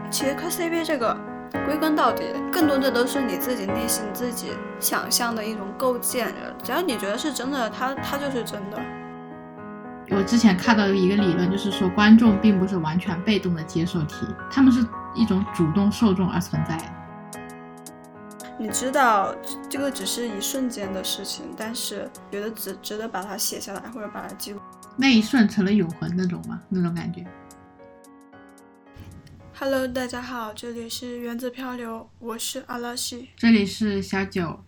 其实磕 CP 这个归根到底更多的都是你自己内心自己想象的一种构建，只要你觉得是真的，它就是真的。 我之前看到一个理论，就是说观众并不是完全被动的接受题，他们是一种主动受众而存在的。 你知道这个只是一瞬间的事情，但是觉得值得把它写下来或者把它记录。 那一瞬成了永恒那种吗？那种感觉。 Hello， 大家好，这里是原子漂流，我是阿拉西， 这里是小九。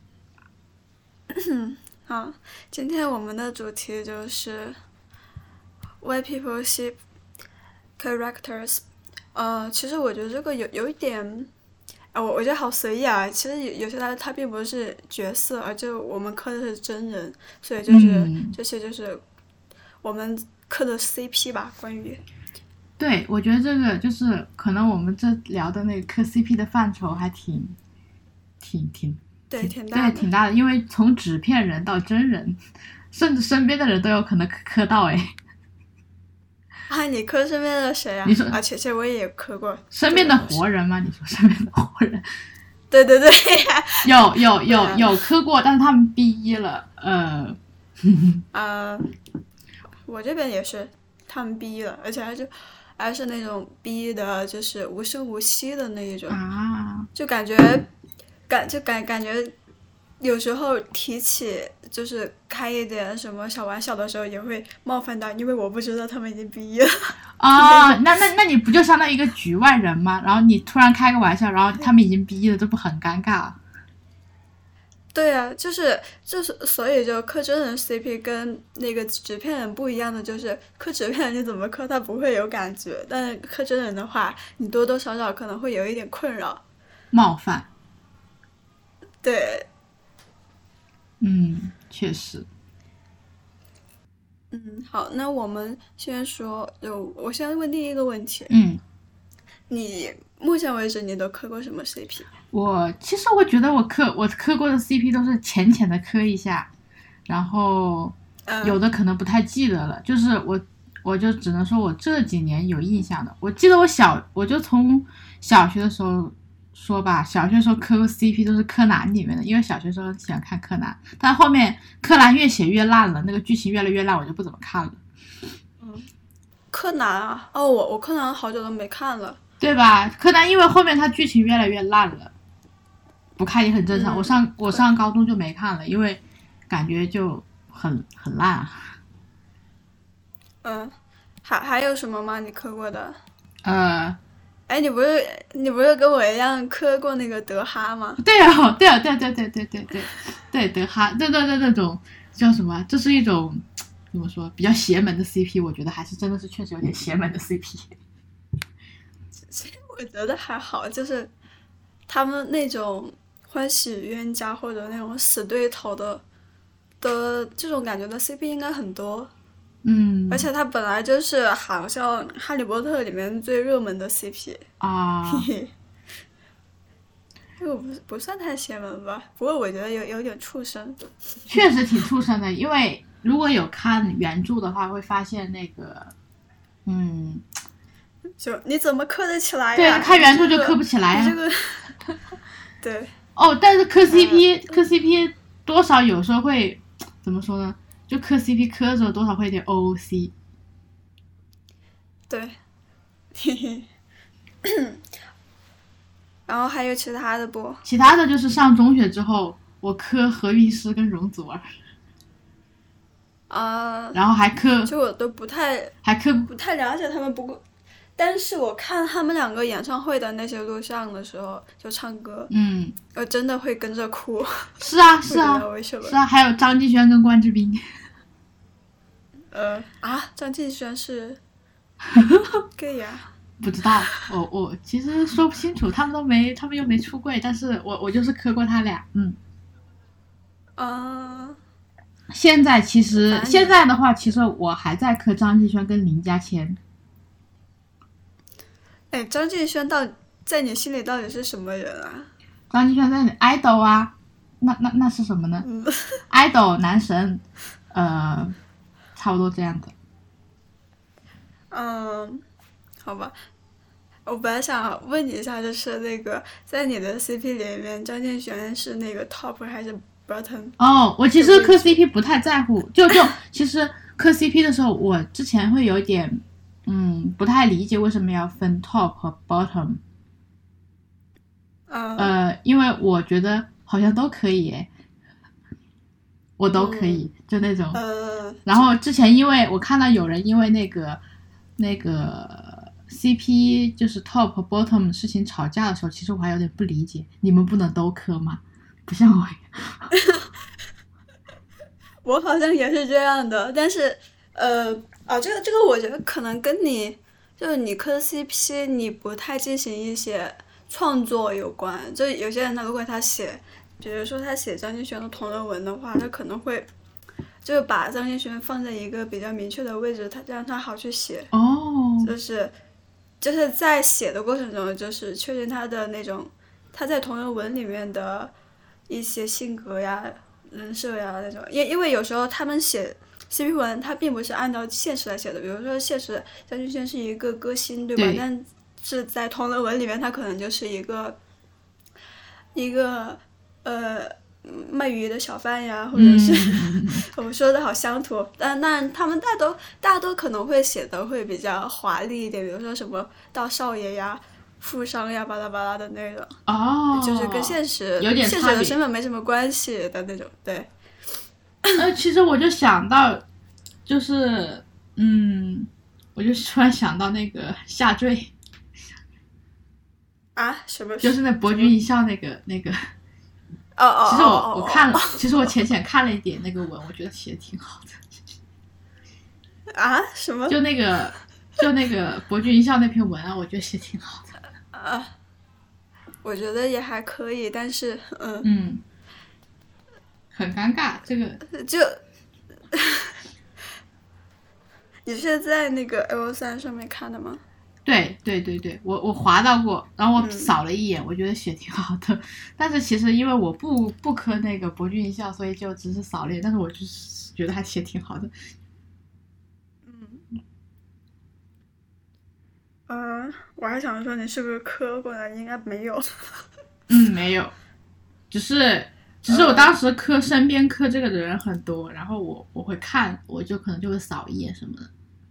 好，今天我们的主题就是 Why people ship characters。其实我觉得这个有一点，我觉得好随意啊。其实有些它并不是角色，而就我们磕的是真人，所以就是这些就是我们磕的 CP 吧，关于。 对，我觉得这个就是可能我们这聊的那个磕 CP 的范畴还挺大的，因为从纸片人到真人，甚至身边的人都有可能磕到哎。 啊，你磕身边的谁啊？ 你说啊，其实我也磕过。 身边的活人吗？你说身边的活人？ 对有磕过，但是他们毕业了。 我这边也是，他们毕业了，而且还是那种逼的，就是无声无息的那一种啊， 就感觉有时候提起就是开一点什么小玩笑的时候也会冒犯到，因为我不知道他们已经毕业了啊。那你不就相当于一个局外人吗？然后你突然开个玩笑，然后他们已经毕业了，这不很尴尬？ 对啊，就是所以就磕真人 CP 跟那个纸片人不一样的，就是磕纸片人你怎么磕他不会有感觉，但是磕真人的话你多多少少可能会有一点困扰冒犯。 对， 确实。 好，那我们先说，我先问第一个问题。你目前为止你都磕过什么 CP？ 其实我觉得我磕过的 CP 都是浅浅的磕一下，然后有的可能不太记得了。就是我就只能说我这几年有印象的。我记得我就从小学的时候说吧，小学的时候磕过 CP 都是柯南里面的，因为小学时候喜欢看柯南，但后面柯南越写越烂了，那个剧情越来越烂，我就不怎么看了。 柯南啊，我柯南好久都没看了， 对吧？柯南因为后面它剧情越来越烂了，不看也很正常。我上高中就没看了，因为感觉就很烂啊。 还有什么吗？你磕过的？你不是跟我一样磕过那个德哈吗？ 对，德哈，对，那种叫什么？这是一种怎么说比较邪门的 CP， 我觉得还是真的是确实有点邪门的 CP。 我觉得还好，就是他们那种欢喜冤家或者那种死对头的这种感觉的 CP 应该很多。而且它本来就是好像哈利波特里面最热门的 CP 啊。 这个不算太邪门吧，不过我觉得有点畜生。 确实挺畜生的，因为如果有看原著的话会发现那个就你怎么磕得起来呀？ 对，看原著就磕不起来呀。 对。 但是磕 CP 多少有时候会怎么说呢？就磕 CP 磕的时候多少会有点 OOC。 对。然后还有其他的不？ 其他的就是上中学之后，我磕何韵诗跟容祖儿。然后还磕， 就我都不太了解他们，不过但是我看他们两个演唱会的那些录像的时候，就唱歌，我真的会跟着哭。 是啊，还有张敬轩跟关之琳。 张敬轩是 gay 呀？ 不知道，我其实说不清楚，他们又没出柜，但是我就是磕过他俩。现在的话，其实我还在磕张敬轩跟林嘉谦。 张敬轩在你心里到底是什么人啊？ 张敬轩在你 idol 啊，那是什么呢？idol 男神，差不多这样的。 好吧。 我本来想问你一下，就是那个在你的 CP 里面，张敬轩是那个 top 还是 bottom？ 哦，我其实磕 CP 不太在乎，就其实磕 CP 的时候，我之前会有点不太理解为什么要分 top 和 bottom。因为我觉得好像都可以耶，我都可以，就那种。然后之前因为我看到有人因为那个 CP 就是 top 和 bottom 的事情吵架的时候，其实我还有点不理解，你们不能都磕吗？不像我。 我好像也是这样的，但是这个我觉得可能跟你就是你磕 CP 你不太进行一些创作有关。就有些人他如果他写，比如说他写张敬轩的同人文的话，他可能会就把张敬轩放在一个比较明确的位置，他让他好去写。就是在写的过程中，就是确认他的那种他在同人文里面的一些性格呀、人设呀那种。因为有时候他们写 CP 文，他并不是按照现实来写的。比如说现实张敬轩是一个歌星，对吧？ 对， 但是在同人文里面，他可能就是一个卖鱼的小贩呀，或者是我们说的好乡土，但他们大家都可能会写的会比较华丽一点，比如说什么大少爷呀、富商呀、巴拉巴拉的那种。就是跟现实的身份没什么关系的那种。对。 其实我就想到，就是我就突然想到那个下坠。 什么？ 就是那博君一笑那个。其实我看了，其实我浅看了一点那个文，我觉得写的挺好的。 什么？ 就那个博君一笑那篇文啊，我觉得写挺好的。 我觉得也还可以，但是很尴尬，这个就你是在那个 L3 上面看的吗？ 对，我滑到过，然后我扫了一眼，我觉得写挺好的。但是其实因为我不磕那个博君一笑，所以就只是扫了一眼，但是我就是觉得他写挺好的。 我还想说你是不是磕过的，应该没有。 没有，只是我当时身边磕这个的人很多，然后我会看，我就可能就会扫一眼什么的。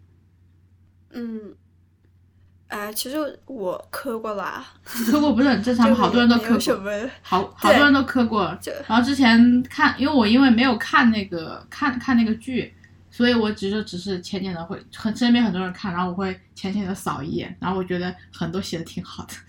其实我磕过啦。 磕过不是很正常吗？好多人都磕过，好多人都磕过。然后之前看，因为没有看那个那个剧，所以我只是浅的会身边很多人看，然后我会浅的扫一眼，然后我觉得很多写的挺好的。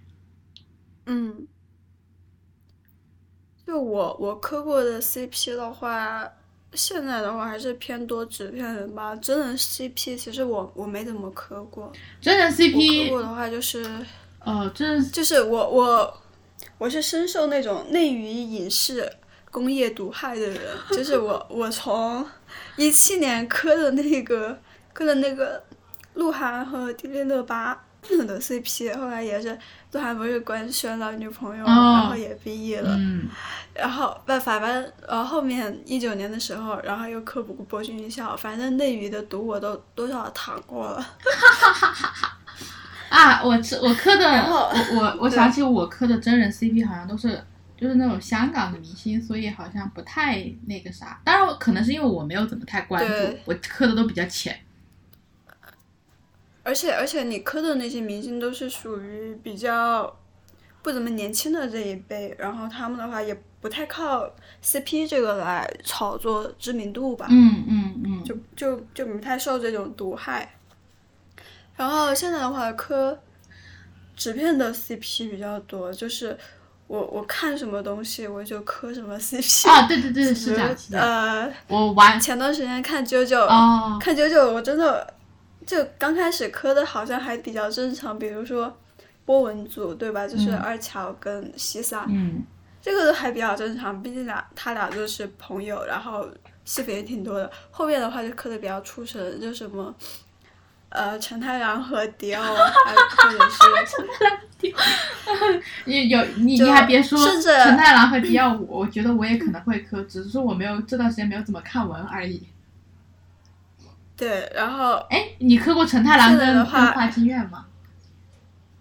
就我磕过的 CP 的话，现在的话还是偏多纸片人吧。真人 CP 其实我没怎么磕过。 真人 CP 我磕过的话就是就是我是深受那种内娱影视工业毒害的人。就是我从2017年磕的那个鹿晗和迪丽热巴的 CP， 后来也是鹿晗不是官宣了女朋友，然后也毕业了。然后反正后面19年的时候，然后又磕博君一笑，反正内娱的毒我都多少躺过了。 我磕的，我想起我磕的真人 CP 好像都是就是那种香港的明星，所以好像不太那个啥。当然可能是因为我没有怎么太关注，我磕的都比较浅。 而且你磕的那些明星都是属于比较不怎么年轻的这一辈，然后他们的话也不太靠 CP 这个来炒作知名度吧。就不太受这种毒害。然后现在的话磕纸片的 CP 比较多，就是我看什么东西我就磕什么 CP。 对，是这样。 前段时间看啾啾，看啾啾我真的就刚开始磕的好像还比较正常，比如说波纹组对吧，就是二乔跟西萨，这个都还比较正常，毕竟他俩就是朋友，然后戏份也挺多的。后面的话就磕的比较出神，就什么陈太郎和迪奥啊，或者是陈太郎和迪奥。你还别说，陈太郎和迪奥，我觉得我也可能会磕，只是我这段时间没有怎么看文而已。 对，然后你磕过陈太郎跟花京院吗？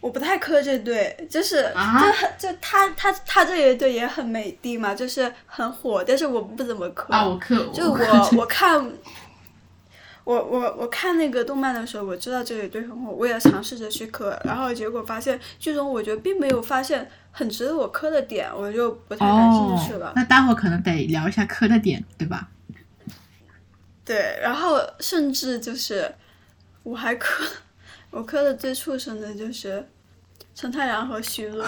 我不太磕这对，就是啊就他这一对也很美的嘛，就是很火，但是我不怎么磕。 啊，我磕， 就我看。我看那个动漫的时候，我知道这一对很火，我也尝试着去磕，然后结果发现剧中我觉得并没有发现很值得我磕的点，我就不太感兴趣了。 那待会儿可能得聊一下磕的点，对吧？ 对，然后甚至就是我磕的最畜生的就是陈太阳和徐伦。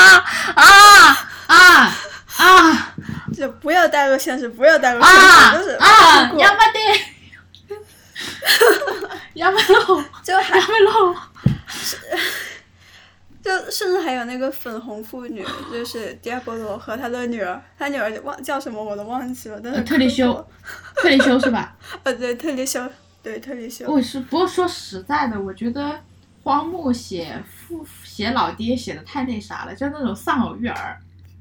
就不要带入现实，不要带入现实，就是やめて。やめろ， 就还やめろ， 就甚至还有那个粉红妇女，就是迪亚波罗和他的女儿，他女儿叫什么我都忘记了，但是特丽修是吧？ 对，特丽修。 不过说实在的，我觉得荒木写老爹写的太那啥了，就那种丧偶育儿。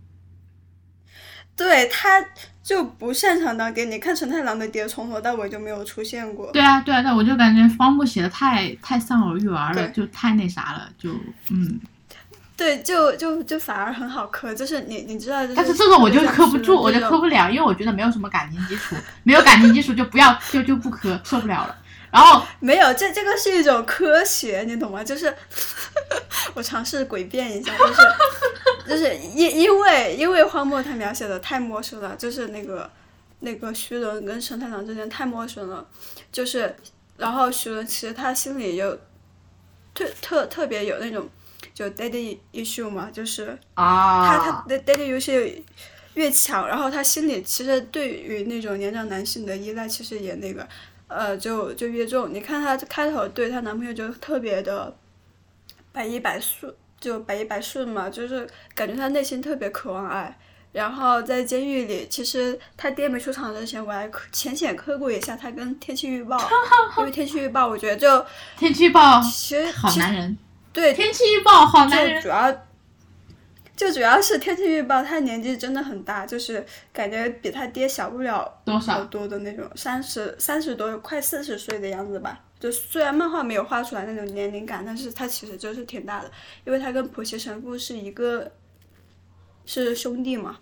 对，他就不擅长当爹。你看陈太郎的爹从头到尾就没有出现过。 对啊，我就感觉荒木写的太丧偶育儿了，就太那啥了，就对，就反而很好磕，就是你知道， 但是这个我就磕不住，我就磕不了，因为我觉得没有什么感情基础，没有感情基础就不要就不磕，受不了了。然后没有，这个是一种科学，你懂吗？就是我尝试诡辩一下，就是因为荒漠他描写的太陌生了，就是那个徐伦跟陈太郎之间太陌生了，就是然后徐伦其实他心里有特别有那种就 daddy issue 嘛，就是他的 daddy issue 越强，然后他心里其实对于那种年长男性的依赖其实也那个就越重。你看她开头对她男朋友就特别的百依百顺嘛，就是感觉她内心特别渴望爱。然后在监狱里，其实他爹没出场之前，我还浅浅磕过一下他跟天气预报，因为天气预报我觉得就天气预报其实好男人， 对， 天气预报好男人， 主要是天气预报他年纪真的很大，就是感觉比他爹小不了多少多的那种30多快40岁的样子吧。就虽然漫画没有画出来那种年龄感，但是他其实就是挺大的，因为他跟浦崎神父是兄弟嘛。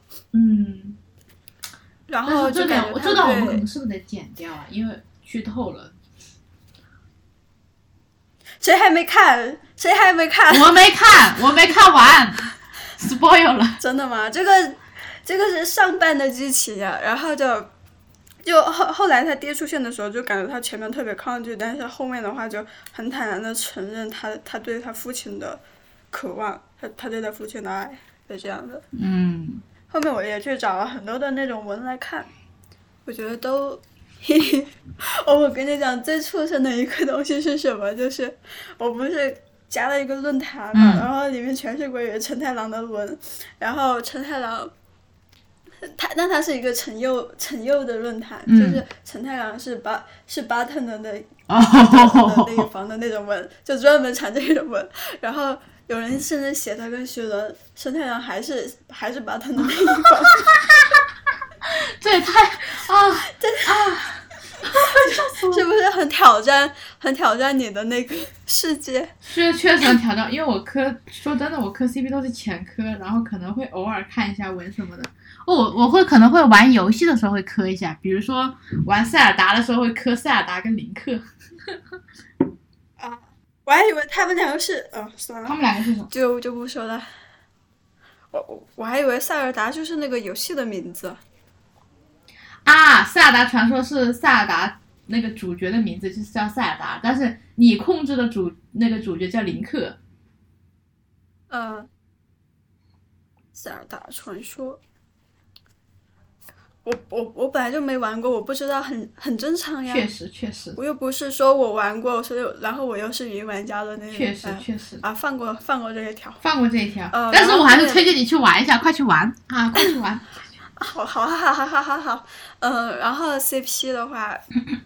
然后就感觉这段我们可能是不是得剪掉啊？因为剧透了。 谁还没看？ 我没看完，spoil 了。 真的吗？这个是上半的剧情呀，然后就后来他爹出现的时候，就感觉他前面特别抗拒，但是后面的话就很坦然的承认他对他父亲的渴望，他对他父亲的爱，是这样的。后面我也去找了很多的那种文来看，我觉得都我跟你讲最畜生的一个东西是什么，就是我不是加了一个论坛嘛，然后里面全是关于陈太郎的文，然后陈太郎他是一个陈佑的论坛，就是陈太郎是bartender的那个房的那种文，就专门产这种文，然后有人甚至写他跟徐伦陈太郎还是bartender的那一房。 这也太是不是很挑战你的那个世界？ 是确实很挑战，因为我说真的，我磕 CP 都是浅磕，然后可能会偶尔看一下文什么的。我可能会玩游戏的时候会磕一下，比如说玩塞尔达的时候会磕塞尔达跟林克。 我还以为他们两个是算了， 他们两个是什么？ 就不说了。我还以为塞尔达就是那个游戏的名字。 塞尔达传说是塞尔达那个主角的名字就是叫塞尔达，但是你控制的那个主角叫林克。 塞尔达传说，我本来就没玩过，我不知道，很正常呀。 确实。 我又不是说我玩过，所以然后我又是云玩家的那种。 确实。 放过这一条。 但是我还是推荐你去玩一下，快去玩。好， 然后 CP 的话，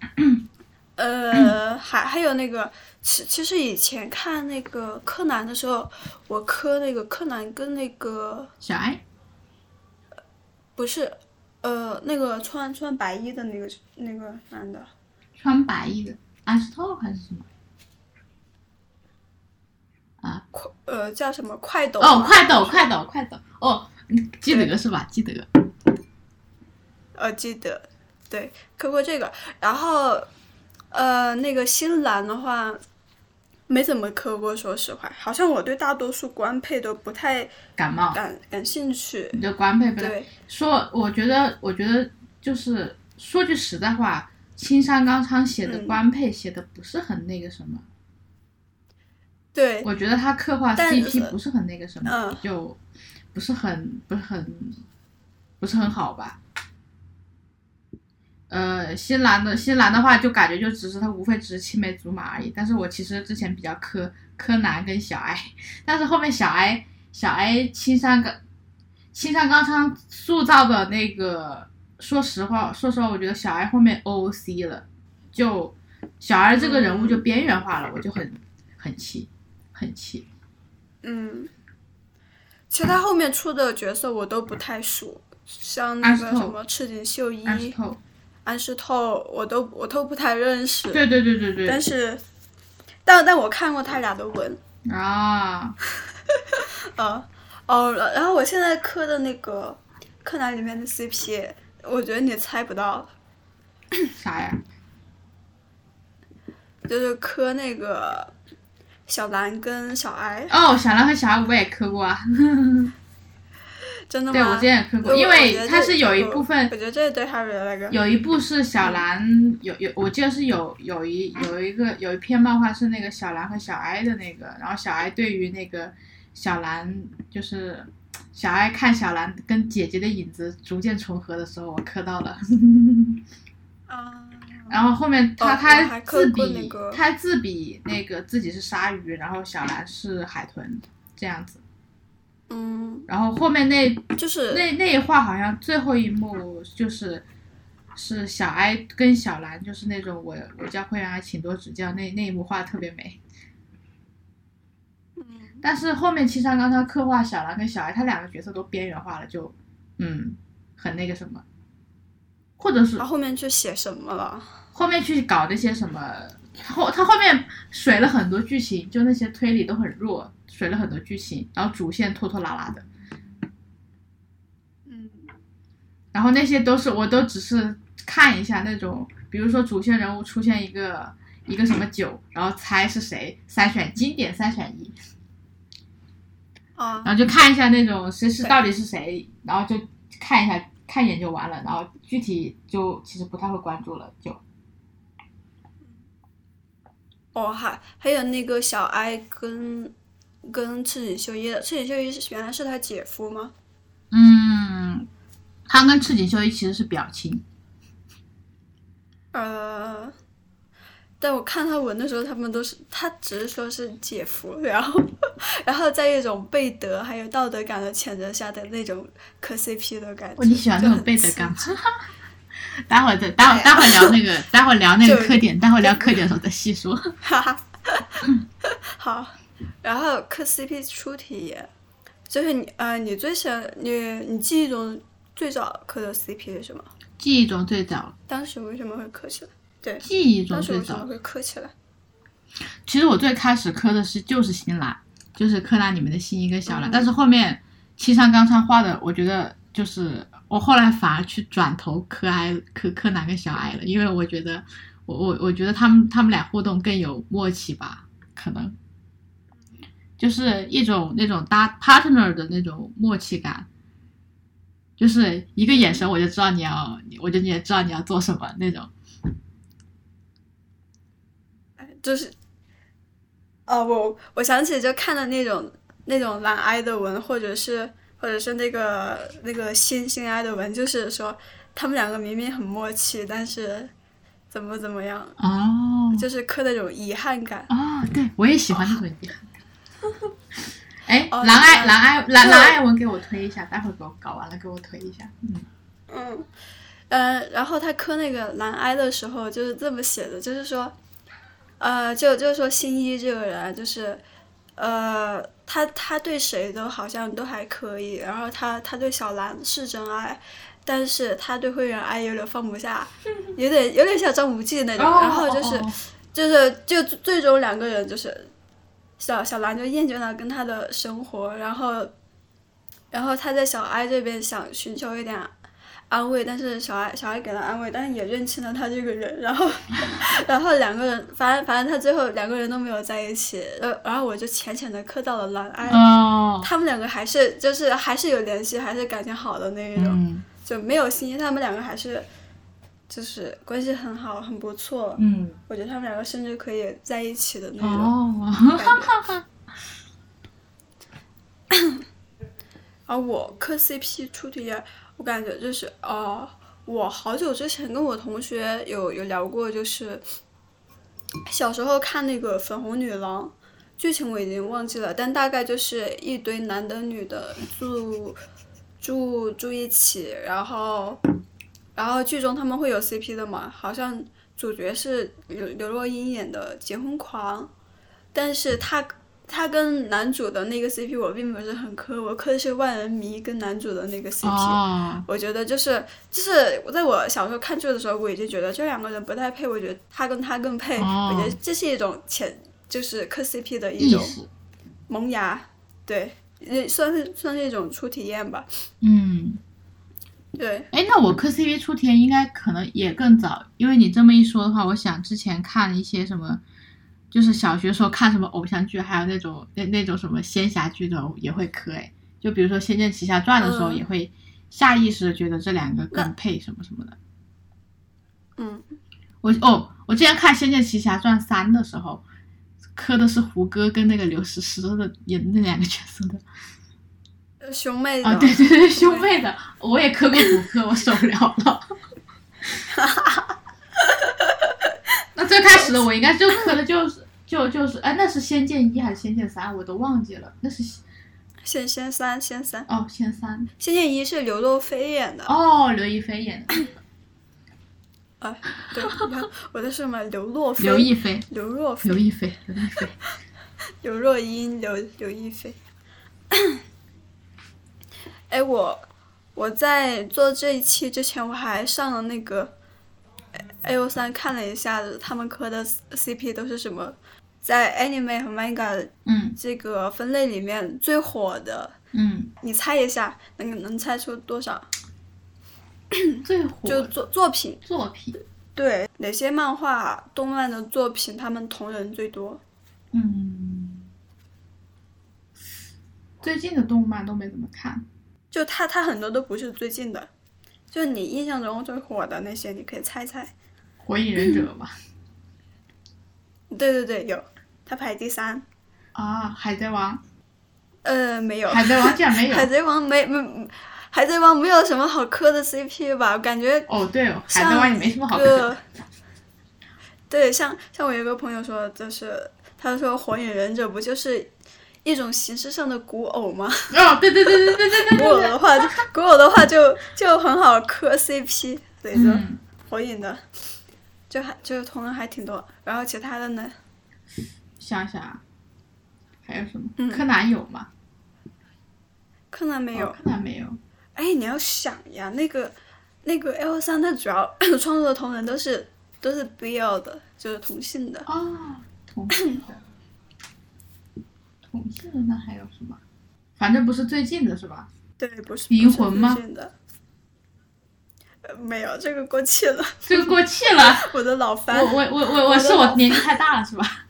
还有那个，其实以前看那个柯南的时候，我磕那个柯南跟那个小爱， 不是，那个穿白衣的那个男的， 穿白衣的安石透还是什么？ 叫什么快斗哦，快斗哦，记得是吧？记得。 记得，对，磕过这个。然后那个新兰的话没怎么磕过，说实话，好像我对大多数官配都不太感兴趣。 你对官配不对？ 我觉得就是说句实在话，青山刚昌写的官配写的不是很那个什么。 对， 我觉得他刻画 CP 不是很那个什么，就不是很好吧。新兰的话，就感觉就只是他无非只是青梅竹马而已。但是我其实之前比较柯南跟小哀，但是后面小哀青山刚昌塑造的那个，说实话，我觉得小哀后面 OOC 了，就小哀这个人物就边缘化了，我就很气。 其实他后面出的角色我都不太熟，像那个什么赤井秀一、安室透，我都不太认识。 对。 但我看过他俩的文啊。 然后我现在磕的那个柯南里面的 CP， 我觉得你猜不到。 啥呀？ 就是磕那个小兰跟小哀。 哦，小兰和小哀我也磕过啊。 真的吗？ 对，我之前也磕过，因为它是有一部分， 我觉得这对他的那个有一部是小兰我记得是有一篇漫画是那个小兰和小哀的那个，然后小哀对于那个小兰，就是小哀看小兰跟姐姐的影子逐渐重合的时候，我磕到了。然后后面他自比那个自己是鲨鱼，然后小兰是海豚这样子。然后后面那一话好像最后一幕是小哀跟小兰，就是那种我教会员请多指教，那一幕画得特别美。但是后面七上刚他刻画小兰跟小哀，他两个角色都边缘化了，就很那个什么，或者是他后面去写什么了？ 后面去搞那些什么，他后面水了很多剧情，就那些推理都很弱，水了很多剧情，然后主线拖拖拉拉的。然后那些我都只是看一下那种，比如说主线人物出现一个什么酒，然后猜是谁，经典3选1。然后就看一下那种谁是到底是谁，然后就看一眼就完了，然后具体就其实不太会关注了就。 还有那个小哀跟赤井秀一的，赤井秀一原来是他姐夫吗？ 他跟赤井秀一其实是表亲。 但我看他文的时候，他只是说是姐夫，然后在一种背德还有道德感的谴责下的那种磕 CP 的感觉。 你喜欢那种背德感吗？待会聊那个，待会聊那个磕点，待会聊磕点的时候再细说。 好，然后磕 CP 出题，就是你最想你记忆中最早磕的 CP 是什么？ 记忆中最早， 当时为什么会磕起来？对， 记忆中最早当时为什么会磕起来？ 其实我最开始磕的就是新兰，就是柯南里面的新一跟小兰，但是后面七上刚昌画的，我觉得就是我后来反而去转头柯南跟小哀了，因为我觉得我觉得他们俩互动更有默契吧，可能就是一种那种搭 partner 的那种默契感，就是一个眼神我就知道你也知道你要做什么那种。 就是我想起就看了那种蓝哀的文，或者是那个新哀的文，就是说他们两个明明很默契，但是怎么样就是磕那种遗憾感。 对，我也喜欢那种遗憾感。蓝哀文给我推一下，待会儿给我搞完了给我推一下。 然后他磕那个蓝哀的时候就是这么写的，就是说就是说新一这个人就是他对谁都好像都还可以，然后他对小兰是真爱，但是他对灰原哀有点放不下，有点像张无忌那种。然后就最终两个人就是小兰就厌倦了跟他的生活，然后他在小哀这边想寻求一点安慰，但是小哀给了安慰，但是也认清了他这个人，然后两个人反正他最后两个人都没有在一起，然后我就浅浅的磕到了蓝哀，他们两个还是有联系，还是感情好的那一种，就没有心，他们两个还是就是关系很好，很不错，我觉得他们两个甚至可以在一起的那种感觉。而我磕 CP 初体验，我感觉就是我好久之前跟我同学有聊过，就是小时候看那个粉红女郎，剧情我已经忘记了，但大概就是一堆男的女的住一起，然后剧中他们会有 CP 的嘛，好像主角是刘若英演的结婚狂，但是他跟男主的那个 CP 我并不是很磕，我磕的是万人迷跟男主的那个 CP，我觉得就是我在我小时候看剧的时候，我已经觉得这两个人不太配，我觉得他跟他更配，我觉得这是一种就是磕 CP 的一种萌芽，对，算是一种初体验吧。对。 那我磕 CP 初体验应该可能也更早，因为你这么一说的话，我想之前看一些什么。就是小学时候看什么偶像剧，还有那种什么仙侠剧的也会磕就比如说《仙剑奇侠传》的时候，也会下意识的觉得这两个更配什么什么的。我之前看《仙剑奇侠传3》的时候，磕的是胡歌跟那个刘诗诗的演的那两个角色的。 兄妹的。 对，兄妹的，我也磕过补磕，我受不了了。那最开始的我应该就磕的就是那是《仙剑1》还是《仙剑3》，我都忘记了。那是仙3。 仙3。 仙剑1是刘亦菲演的。 刘亦菲演的。 对，我在说什么？刘亦菲。 刘若英，刘亦菲。我在做这一期之前，我还上了那个。AO3 看了一下子，他们磕的 CP 都是什么？在 Anime 和 Manga 这个分类里面最火的，你猜一下，能猜出多少？ 最火就作品。对，哪些漫画、动漫的作品，他们同人最多？ 最近的动漫都没怎么看。 就他很多都不是最近的，就你印象中最火的那些，你可以猜猜。 火影忍者吧。 对，有，他排第3。 海贼王。 没有。 海贼王竟然没有。 海贼王没有什么好磕的 CP 吧？感觉。 对海贼王也没什么好磕的。 对，像我有个朋友说，就是他说火影忍者不就是一种形式上的古偶吗？ 对。 古偶的话就很好磕 CP， 所以说火影的。就同人还挺多，然后其他的呢？ 想想，还有什么？柯南有吗？ 柯南没有。 柯南没有。 你要想呀，那个 L3 它主要创作的同人都是 BL 的，就是同性的。 同性的那还有什么？反正不是最近的是吧？ 对，不是银魂吗？ 没有，这个过气了。 我的老番。 我年纪太大了是吧？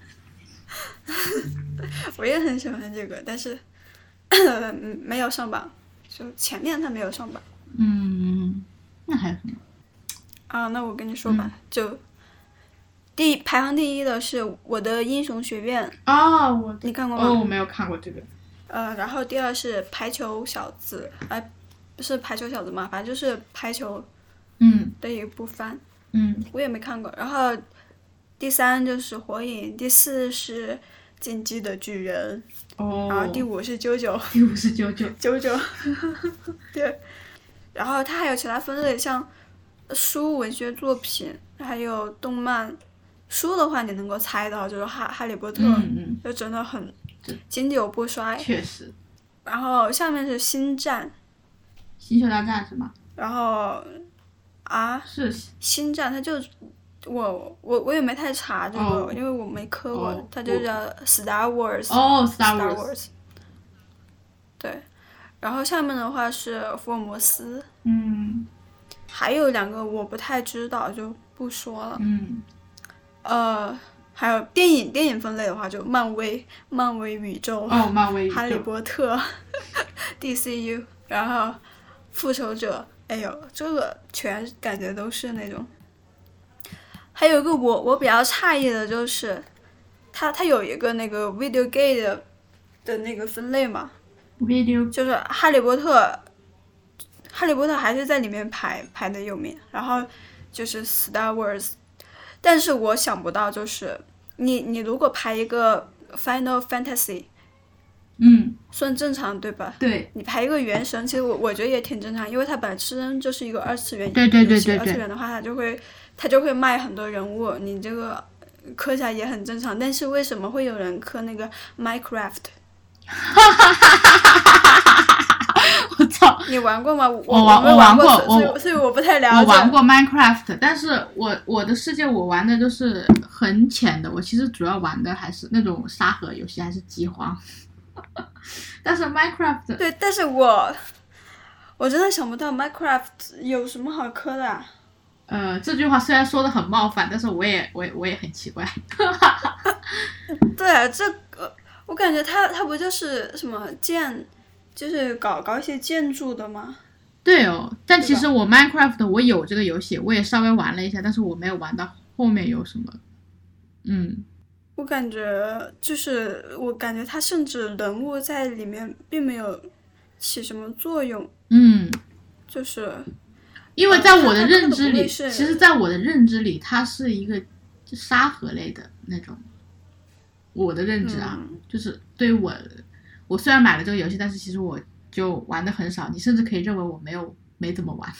我也很喜欢这个，但是没有上榜，就前面他没有上榜。 那还有什么？ 那我跟你说吧，就排行第1的是我的英雄学院。你看过吗？ 我没有看过这个。 然后第2是排球小子，不是排球小子嘛，反正就是排球的一部番。我也没看过。然后第3就是火影，第4是进击的巨人，然后第5是啾啾。对，然后它还有其他分类，像书、文学作品，还有动漫。书的话你能够猜到，就是哈利波特，就真的很经久不衰。 确实。 然后下面是星战。 星球大战是吗？ 然后是星战，它就我也没太查这个，因为我没磕过，它就叫 Star Wars。 哦 ，Star Wars。 对，然后下面的话是福尔摩斯。还有2个我不太知道，就不说了。还有电影分类的话，就漫威宇宙。 漫威宇宙。 哈利波特，DCU， 然后复仇者，哎呦，这个全感觉都是那种。还有一个我比较诧异的就是，它有一个那个 Video Gate 的那个分类嘛。就是哈利波特还是在里面排的有名，然后就是 Star Wars， 但是我想不到就是你如果排一个 Final Fantasy， 算正常对吧？ 对。 你排一个原神，其实我觉得也挺正常，因为它本身就是一个2次元游戏。 对。 2次元的话，它就会卖很多人物，你这个磕起来也很正常。但是为什么会有人磕那个 Minecraft？ 我操！ 你玩过吗？ 我玩过， 所以我不太了解。 我玩过 Minecraft， 但是我的世界我玩的都是很浅的。我其实主要玩的还是那种沙盒游戏，还是饥荒。但是 Minecraft 对，但是我真的想不到 Minecraft 有什么好磕的啊。 这句话虽然说的很冒犯，但是我也很奇怪。 对啊，这个我感觉它不就是什么就是搞一些建筑的吗？ 对哦，但其实我 Minecraft 我有这个游戏，我也稍微玩了一下，但是我没有玩到后面有什么。 我感觉它甚至人物在里面并没有起什么作用。就是因为在我的认知里，其实在我的认知里，它是一个沙盒类的那种。我的认知啊，就是对于我虽然买了这个游戏，但是其实我就玩的很少，你甚至可以认为我没怎么玩，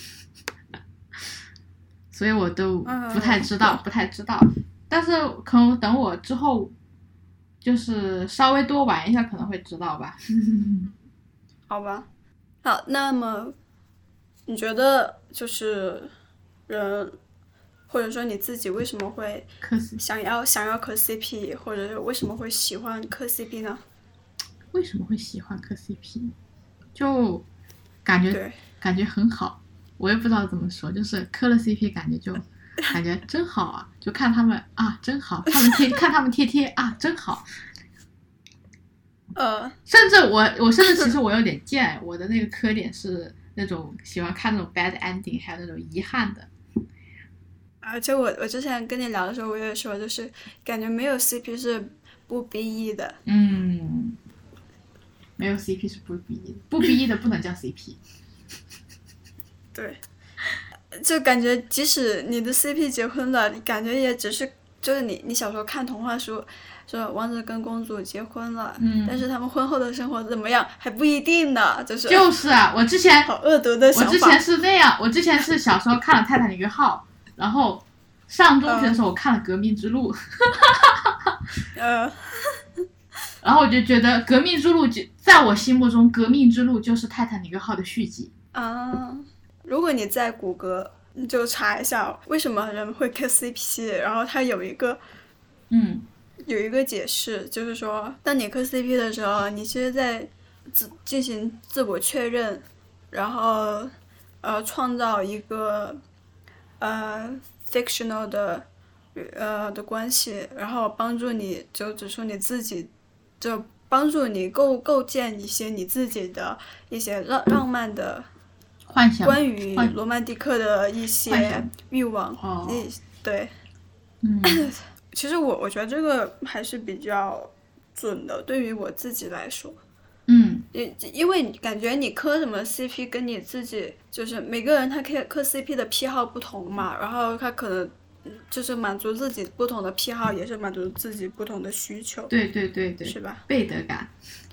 所以我都不太知道。但是可能等我之后就是稍微多玩一下，可能会知道吧。 好吧，好，那么你觉得就是人，或者说你自己为什么会想要磕 CP， 或者是为什么会喜欢磕 CP 呢？ 为什么会喜欢磕 CP？ 就感觉很好，我也不知道怎么说，就是磕了 CP 感觉真好啊，就看他们啊真好，看他们贴啊真好。甚至我甚至其实我有点贱，我的那个磕点是那种喜欢看那种 bad ending， 还有那种遗憾的。 而且我之前跟你聊的时候，我也说，就是感觉没有 CP 是不 BE 的。 没有 CP 是不 BE 的，不 BE 的不能叫 CP。 对，就感觉即使你的 CP 结婚了，你感觉也只是就是你小时候看童话书，说王子跟公主结婚了，但是他们婚后的生活怎么样还不一定呢， 就是啊，我之前好恶毒的想法。 我之前是那样，我之前是小时候看了《泰坦尼克号》，然后上中学的时候我看了《革命之路》。然后我就觉得《革命之路》在我心目中，《革命之路》就是《泰坦尼克号》的续集啊。如果你在谷歌你就查一下为什么人会磕 CP， 然后它有一个解释，就是说当你磕 CP 的时候，你其实在进行自我确认，然后创造一个fictional 的关系，然后帮助你就指出你自己，就帮助你构建一些你自己的一些浪漫的幻想， 关于罗曼蒂克的一些欲望。对。其实我觉得这个还是比较准的，对于我自己来说。因为感觉你磕什么 CP 跟你自己就是每个人他磕 CP 的癖好不同嘛，然后他可能就是满足自己不同的癖好，也是满足自己不同的需求。 对， 是吧？ 背德感。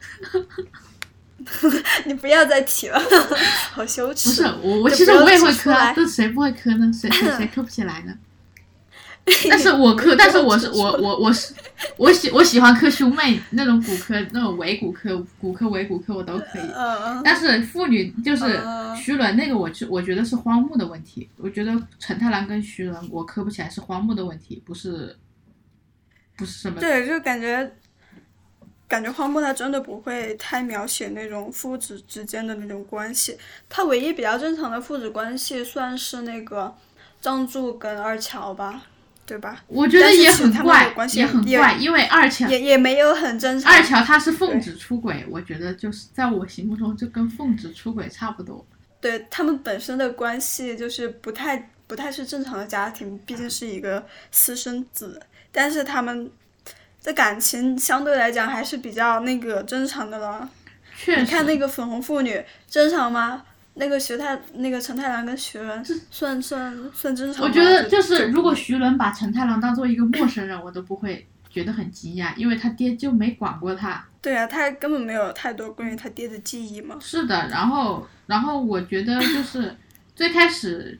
你不要再提了，好羞耻。 不是我其实我也会磕啊，但谁不会磕呢？谁磕不起来呢？但是我磕，但是我是我喜欢磕兄妹那种骨科，那种伪骨科、骨科伪骨科我都可以。但是妇女就是徐伦那个我觉得是荒木的问题。我觉得陈太郎跟徐伦我磕不起来是荒木的问题，不是什么。 对，就感觉荒木他真的不会太描写那种父子之间的那种关系。他唯一比较正常的父子关系算是那个张柱跟二乔吧。对吧？ 我觉得也很怪，因为二乔也没有很正常。 二乔他是奉旨出轨，我觉得就是在我心目中就跟奉旨出轨差不多。 对，他们本身的关系就是不太是正常的家庭，毕竟是一个私生子，但是他们的感情相对来讲还是比较那个正常的了。 确实。 你看那个粉红妇女正常吗？那个陈太郎跟徐伦算正常吗？ 我觉得就是如果徐伦把陈太郎当做一个陌生人，我都不会觉得很惊讶，因为他爹就没管过他。 对啊，他根本没有太多关于他爹的记忆嘛。 是的，然后我觉得就是最开始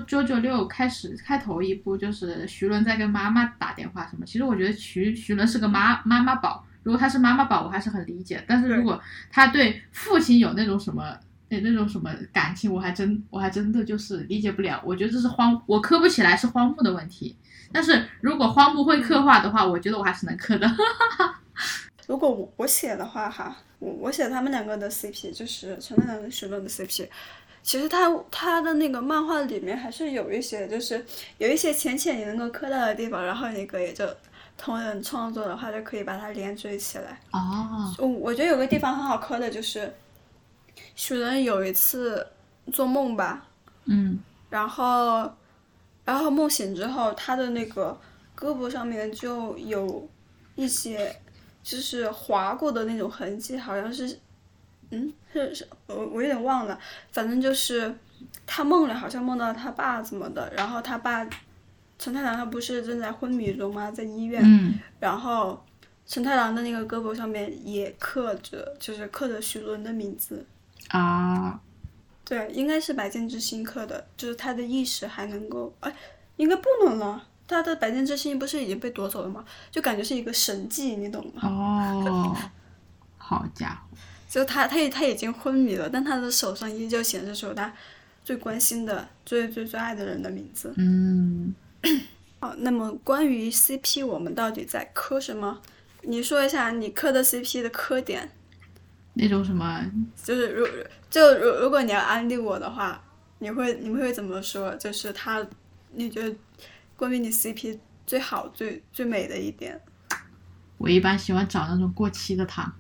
996开头一部就是徐伦在跟妈妈打电话什么，其实我觉得徐伦是个妈妈宝，如果他是妈妈宝我还是很理解，但是如果他对父亲有那种什么感情，我还真的就是理解不了。我觉得这是我磕不起来是荒木的问题，但是如果荒木会刻画的话，我觉得我还是能磕的。 如果我写的话哈，我写他们两个的 CP， 就是陈太郎跟徐伦的 CP， 其实他的那个漫画里面还是有一些就是有一些浅你能够磕到的地方，然后那个也就同人创作的话就可以把它连缀起来。我觉得有个地方很好磕的就是徐伦有一次做梦吧，然后梦醒之后，他的那个胳膊上面就有一些就是划过的那种痕迹，好像是，我有点忘了，反正就是他梦里好像梦到他爸怎么的，然后他爸陈太郎他不是正在昏迷中吗，在医院，然后陈太郎的那个胳膊上面也刻着徐伦的名字。对，应该是白剑之心刻的，就是他的意识还能够，应该不能了，他的白剑之心不是已经被夺走了吗？就感觉是一个神迹，你懂吗？好家伙！ 就他已经昏迷了，但他的手上依旧显示出他最关心的、最爱的人的名字。好，那么关于 CP， 我们到底在磕什么？你说一下你磕的 CP 的磕点。 那种什么， 就是如果你要安利我的话，你会怎么说？就是你觉得关于你 CP 最好最美的一点？ 我一般喜欢找那种过期的糖，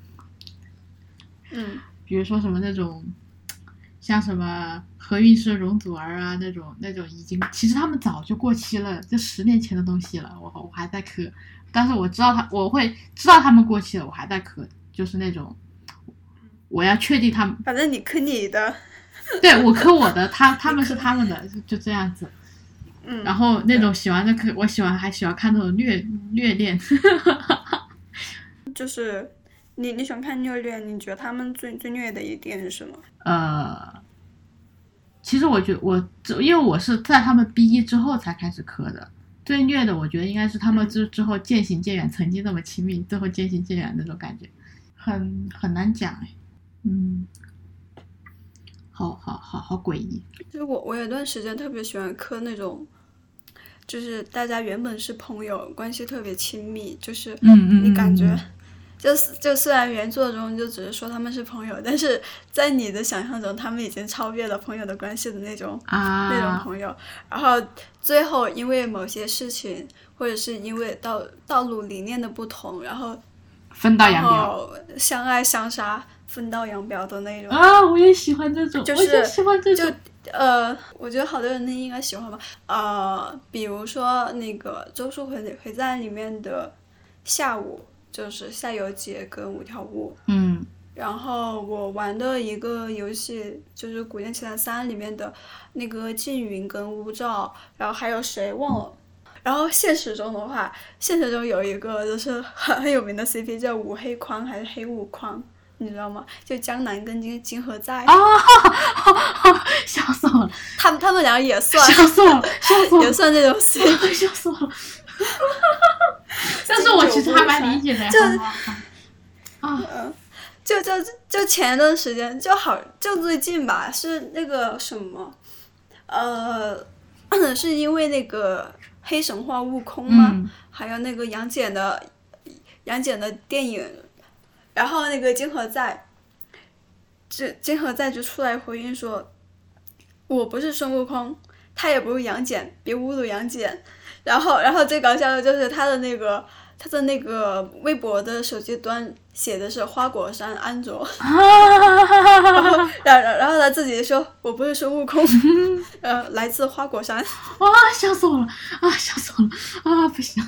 比如说什么那种，像什么何韵诗、容祖儿啊那种已经，其实他们早就过期了，这10年前的东西了，我还在磕，但是我会知道他们过期了，我还在磕，就是那种。我要确定他们， 反正你磕你的， 对，我磕我的，他们是他们的，就这样子。然后那种喜欢的磕，我还喜欢看那种虐恋。 就是你喜欢看虐恋，你觉得他们最虐的一点是什么？ 其实我觉得因为我是在他们毕业之后才开始磕的，最虐的我觉得应该是他们之后渐行渐远，曾经那么亲密，最后渐行渐远那种感觉，很难讲哎。好诡异。 就是我有段时间特别喜欢磕那种，就是大家原本是朋友，关系特别亲密，就是你感觉，就虽然原作中就只是说他们是朋友，但是在你的想象中，他们已经超越了朋友的关系的那种朋友，然后最后因为某些事情，或者是因为道路理念的不同，然后分道扬镳， 相爱相杀。分道扬镳的那种我也喜欢这种，我就喜欢这种。 我觉得好多人应该喜欢吧。比如说那个《咒术回战》里面的夏武，就是夏油杰跟五条悟。然后我玩的一个游戏就是《古剑奇谭3》里面的那个缙云跟乌照，然后还有谁忘了。然后现实中的话，有一个就是很有名的 CP 叫武黑匡还是黑武匡。你知道吗？就江南跟金河在笑死我了！ 他们俩也算， 笑死我了， 也算这种 CP， 笑死我了。但是个我其实还蛮理解的。 就前一段时间就最近吧，是那个什么，是因为那个黑神话悟空吗？还有那个杨戬的电影，然后那个金河在就出来回应说，我不是孙悟空，他也不是杨戬，别侮辱杨戬。然后最搞笑的就是他的那个微博的手机端写的是花果山安卓，然后他自己说我不是孙悟空，来自花果山。 哇，笑死我了啊，不行。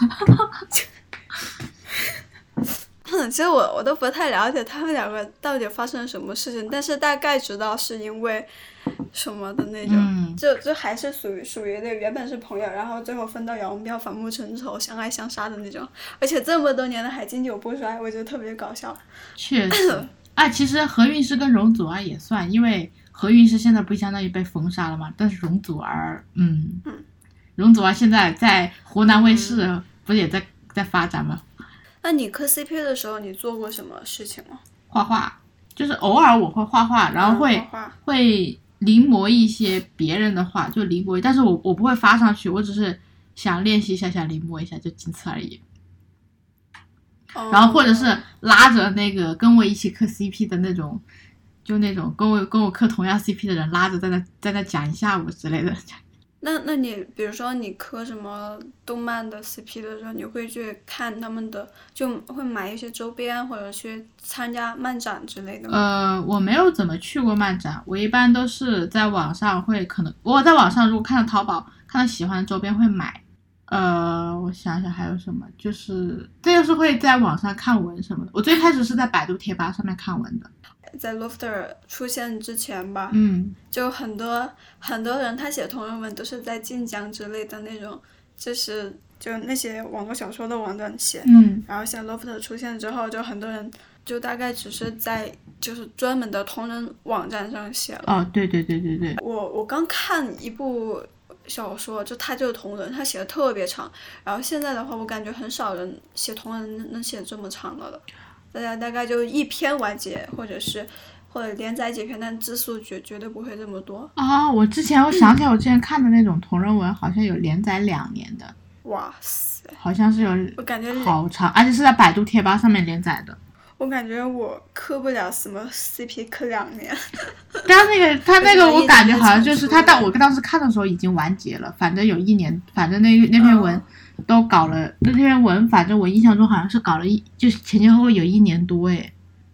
其实我都不太了解他们两个到底发生了什么事情，但是大概知道是因为什么的那种，就还是属于那原本是朋友，然后最后分道扬镳，反目成仇，相爱相杀的那种，而且这么多年了还经久不衰，我觉得特别搞笑。 确实，其实何韵诗跟容祖儿也算，因为何韵诗现在不相当于被封杀了嘛，但是容祖儿，容祖儿现在在湖南卫视不是也在发展吗？ 那你磕 CP 的时候，你做过什么事情吗？ 画画，就是偶尔我会画画，然后会临摹一些别人的画，就临摹，但是我不会发上去，我只是想练习一下，想临摹一下，就仅此而已。然后或者是拉着那个跟我一起磕 CP 的那种，就那种跟我磕同样 CP 的人拉着在那讲一下午之类的。 那你比如说你磕什么动漫的 CP 的时候，你会去看他们的，就会买一些周边或者去参加漫展之类的吗？ 我没有怎么去过漫展，我一般都是在网上我在网上如果看到淘宝看到喜欢的周边会买。我想想还有什么，这就是会在网上看文什么的。我最开始是在百度贴吧上面看文的。 在 Lofter 出现之前吧，就很多人他写同人文都是在晋江之类的那种，就那些网络小说的网站写，然后像 Lofter 出现之后，就很多人就大概只是在就是专门的同人网站上写了。 对。 我刚看一部小说，就它就是同人，它写的特别长，然后现在的话，我感觉很少人写同人能写这么长了的。大概就一篇完结，或者连载几篇，但字数绝对不会这么多。 我想起来，我之前看的那种同人文，好像有连载2年的。 哇塞！ 好像是有， 我感觉好长，而且是在百度贴吧上面连载的。 我感觉我磕不了什么 CP 磕2年。 他那个我感觉好像就是我当时看的时候已经完结了，反正有1年，反正那篇文都搞了，那篇文反正我印象中好像是搞了就是前后有1年多哎，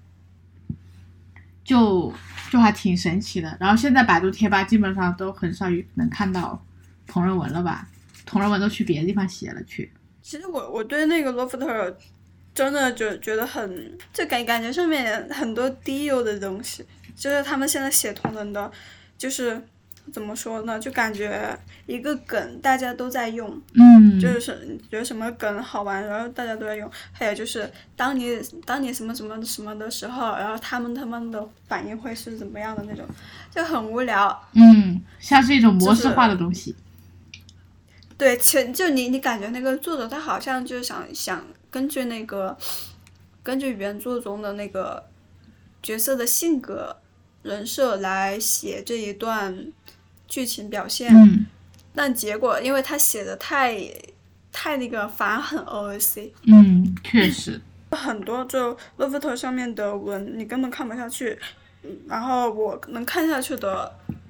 就还挺神奇的。然后现在百度贴吧基本上都很少能看到同人文了吧，同人文都去别的地方写了去。 其实我对那个 Lofter 真的觉得就感觉上面很多低幼的东西，就是他们现在写同人的，就是怎么说呢，就感觉一个梗大家都在用，就是觉得什么梗好玩，然后大家都在用。还有就是当你什么什么什么的时候，然后他们的反应会是怎么样的那种，就很无聊。 像是一种模式化的东西。 对，就你感觉那个作者他好像就想根据原作中的那个角色的性格人设来写这一段剧情表现，但结果因为他写的太那个反而很 OOC。 确实很多就 Lofter 上面的文你根本看不下去，然后我能看下去的，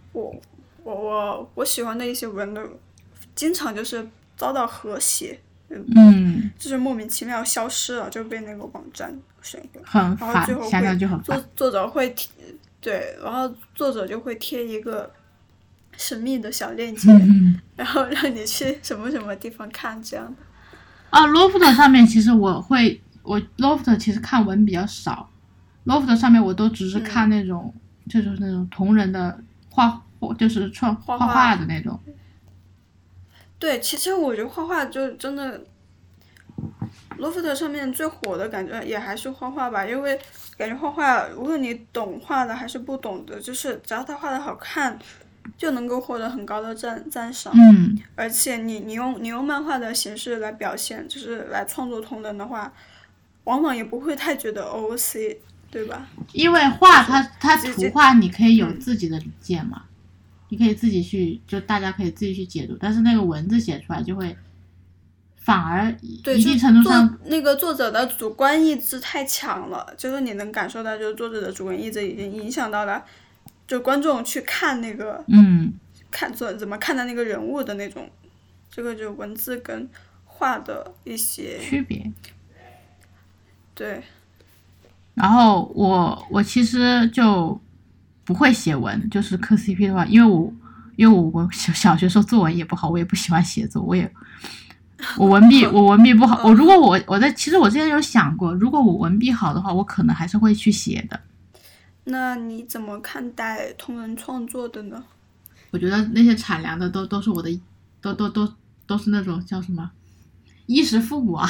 我喜欢的一些文的经常就是遭到和谐，就是莫名其妙消失了，就被那个网站选一个， 很烦， 然后最后想想就很烦。 作者会对，然后作者就会贴一个神秘的小链接，然后让你去什么什么地方看这样的。 Lofter 上面其实我 Lofter 其实看文比较少， Lofter 上面我都只是看那种，就是那种同人的就是画画的那种。 对，其实我觉得画画就真的 Lofter 上面最火的感觉也还是画画吧，因为感觉画画无论你懂画的还是不懂的，就是只要他画的好看， 就能够获得很高的赞赏。而且你用漫画的形式来表现，就是来创作同人的话，往往也不会太觉得 OOC， 对吧？ 因为画它图画你可以有自己的理解嘛，你可以自己去，就大家可以自己去解读，但是那个文字写出来就会反而一定程度上， 那个作者的主观意志太强了，就是你能感受到，就是作者的主观意志已经影响到了，就观众去看那个，看怎么看待那个人物的那种，这个就文字跟画的一些区别。 对。 然后我其实就不会写文，就是磕 CP 的话，因为我小学时候作文也不好，我也不喜欢写作，我文笔不好。如果其实我之前有想过，如果我文笔好的话，我可能还是会去写的。 那你怎么看待同人创作的呢？ 我觉得那些产粮的都是我的，都是那种叫什么衣食父母啊，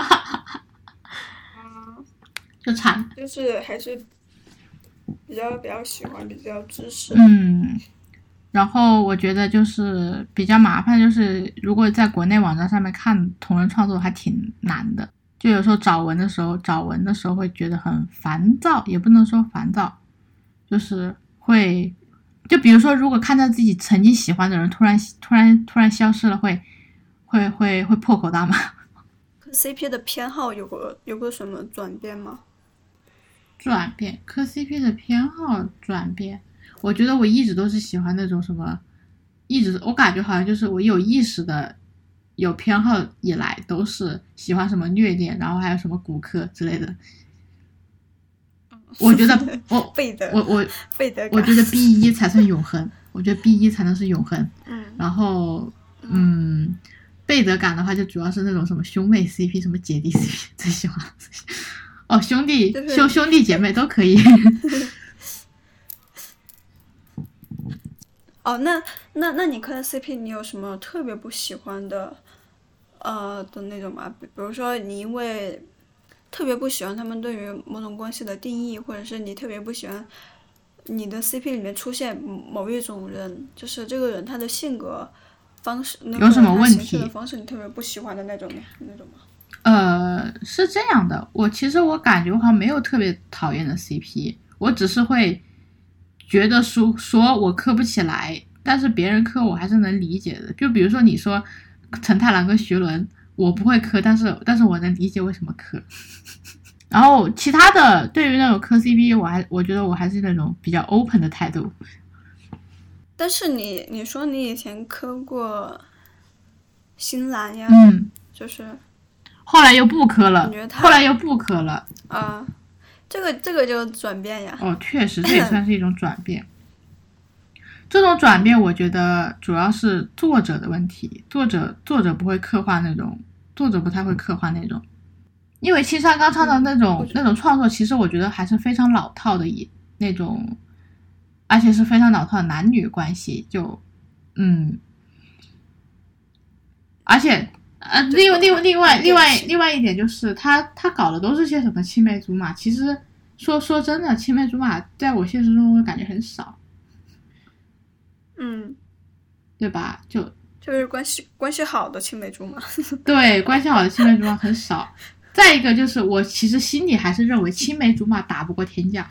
就是还是比较喜欢，比较支持。 然后我觉得就是比较麻烦，就是如果在国内网站上面看同人创作还挺难的，就有时候找文的时候会觉得很烦躁，也不能说烦躁，就是会，就比如说如果看到自己曾经喜欢的人突然消失了，会破口大骂。 CP 的偏好有过什么转变吗？ 磕 CP 的偏好转变，我觉得我一直都是喜欢那种什么，我感觉好像就是我有意识的有偏好以来都是喜欢什么虐恋，然后还有什么骨科之类的。我觉得我觉得 B1 才算永恒，我觉得 B1 才能是永恒。然后背德感的话，就主要是那种什么兄妹 CP， 什么姐弟 CP 最喜欢。兄弟姐妹都可以。 那你磕 CP 你有什么特别不喜欢的那种吗？比如说你因为特别不喜欢他们对于某种关系的定义，或者是你特别不喜欢你的 CP 里面出现某一种人，就是这个人他的性格方式， 有什么问题？ 行事的方式你特别不喜欢的那种吗？ 是这样的，其实我感觉我好像没有特别讨厌的 CP， 我只是会觉得说我磕不起来，但是别人磕我还是能理解的。就比如说你说陈太郎跟徐伦，我不会磕，但是我能理解为什么磕。然后其他的对于那种磕 CP， 我觉得我还是那种比较 open 的态度。 但是你说你以前磕过新兰呀，就是后来又不磕了， 这个就转变呀。 确实这也算是一种转变。这种转变我觉得主要是作者的问题，作者不会刻画那种，作者不太会刻画那种。因为青山刚昌的那种创作，其实我觉得还是非常老套的那种，而且是非常老套的男女关系，而且另外一点就是他搞的都是些什么青梅竹马，其实说真的，青梅竹马在我现实中我感觉很少，对吧？ 就是关系好的青梅竹马。 对，关系好的青梅竹马很少。再一个就是我其实心里还是认为青梅竹马打不过天降。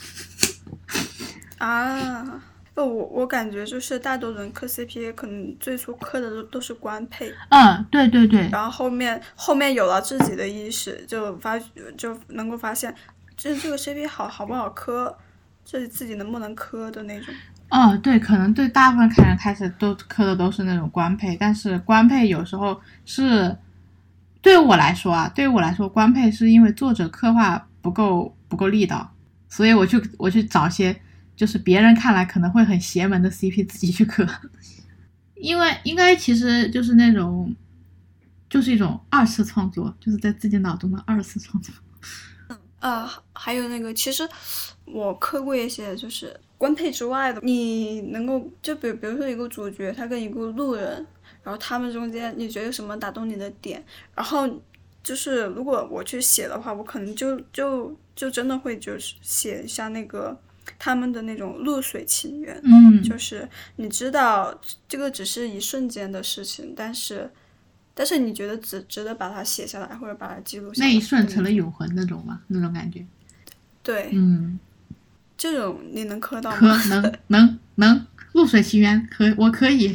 我感觉就是大多人磕 CP 可能最初磕的都是官配。 对。 然后后面有了自己的意识，就能够发现，这个 CP 好不好磕，这自己能不能磕的那种。 对，可能对大部分人开始都磕的都是那种官配，但是官配有时候是对于我来说官配是因为作者刻画不够力道，所以我去找些就是别人看来可能会很邪门的 CP 自己去磕。因为应该其实就是那种就是一种二次创作，就是在自己脑中的二次创作。 还有那个，其实我磕过一些就是官配之外的，你能够就比如说一个主角他跟一个路人，然后他们中间你觉得有什么打动你的点，然后就是如果我去写的话，我可能就真的会就是写一下那个他们的那种露水情缘，就是你知道这个只是一瞬间的事情，但是你觉得值得把它写下来或者把它记录下来， 那一瞬成了永恒那种吗？那种感觉。 对，这种你能磕到吗？ 能，露水情缘我可以。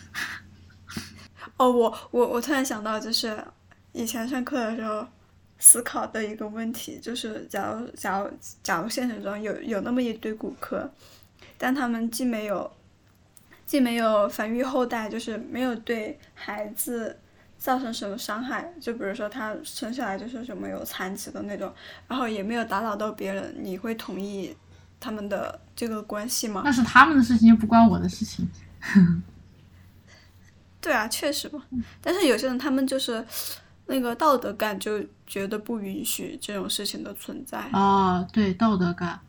哦，我突然想到，就是以前上课的时候思考的一个问题，就是假如现实中有那么一堆骨科，但他们既没有繁育后代，就是没有对孩子造成什么伤害，就比如说他生下来就是什么有残疾的那种，然后也没有打扰到别人，你会同意他们的这个关系吗？ 那是他们的事情，又不关我的事情。 对啊，确实嘛。但是有些人他们就是那个道德感就觉得不允许这种事情的存在。 哦，对，道德感。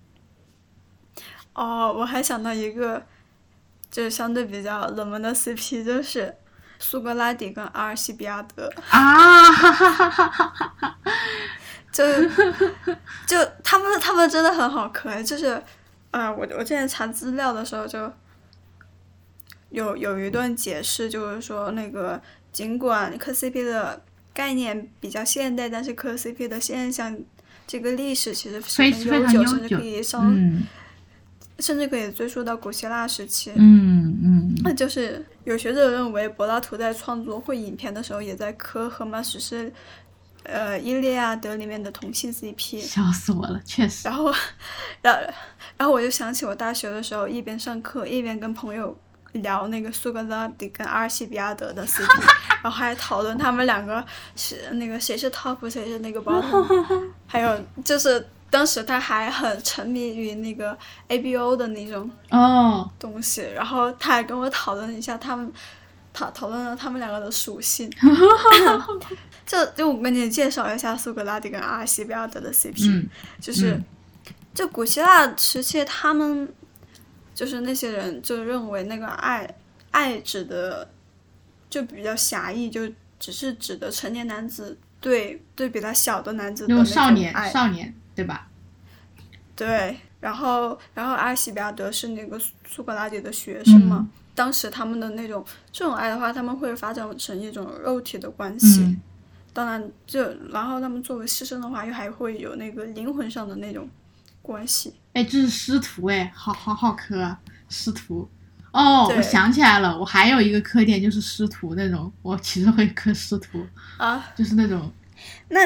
哦，我还想到一个就是相对比较冷门的 CP， 就是苏格拉底跟阿尔西比亚德啊，哈哈哈哈哈哈！ 就他们真的很好磕，就是我之前查资料的时候就有一段解释，就是说那个尽管磕 CP 的概念比较现代，但是磕 CP 的现象这个历史其实十分悠久，甚至可以甚至可以追溯到古希腊时期。就是有学者认为柏拉图在创作会影片的时候也在磕荷马史诗伊利亚德里面的同性 CP。 笑死我了，确实。 然后我就想起我大学的时候一边上课一边跟朋友聊那个苏格拉底跟阿尔西比亚德的 CP， 然后还讨论他们两个是那个谁是 top 谁是那个 bottom， 还有就是当时他还很沉迷于那个 ABO 的那种东西，然后他还跟我讨论一下讨论了他们两个的属性。就我跟你介绍一下苏格拉底跟阿尔西比亚德的 CP，就是就古希腊时期他们就是那些人就认为那个爱指的就比较狭义，就只是指的成年男子对比他小的男子的那种爱， 少年对吧？ 对，然后阿尔西比亚德是那个苏格拉底的学生嘛，当时他们的那种这种爱的话，他们会发展成一种肉体的关系，当然然后他们作为师生的话，又还会有那个灵魂上的那种关系。 哎，这是师徒哎，好磕啊，师徒。哦，我想起来了，我还有一个磕点就是师徒那种，我其实会磕师徒啊， 就是那种。 那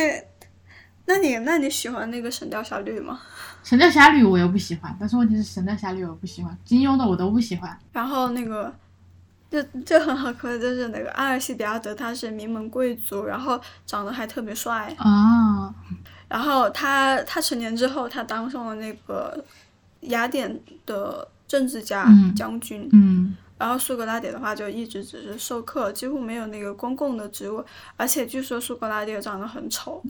你喜欢那个神雕侠侣吗？ 神雕侠侣我又不喜欢，但是问题是神雕侠侣我不喜欢，金庸的我都不喜欢。 然后那个就很好磕，就是那个阿尔西比亚德，他是名门贵族，然后长得还特别帅啊。 然后他成年之后，他当上了那个雅典的政治家将军。然后苏格拉底的话就一直只是授课，几乎没有那个公共的职务，而且据说苏格拉底长得很丑。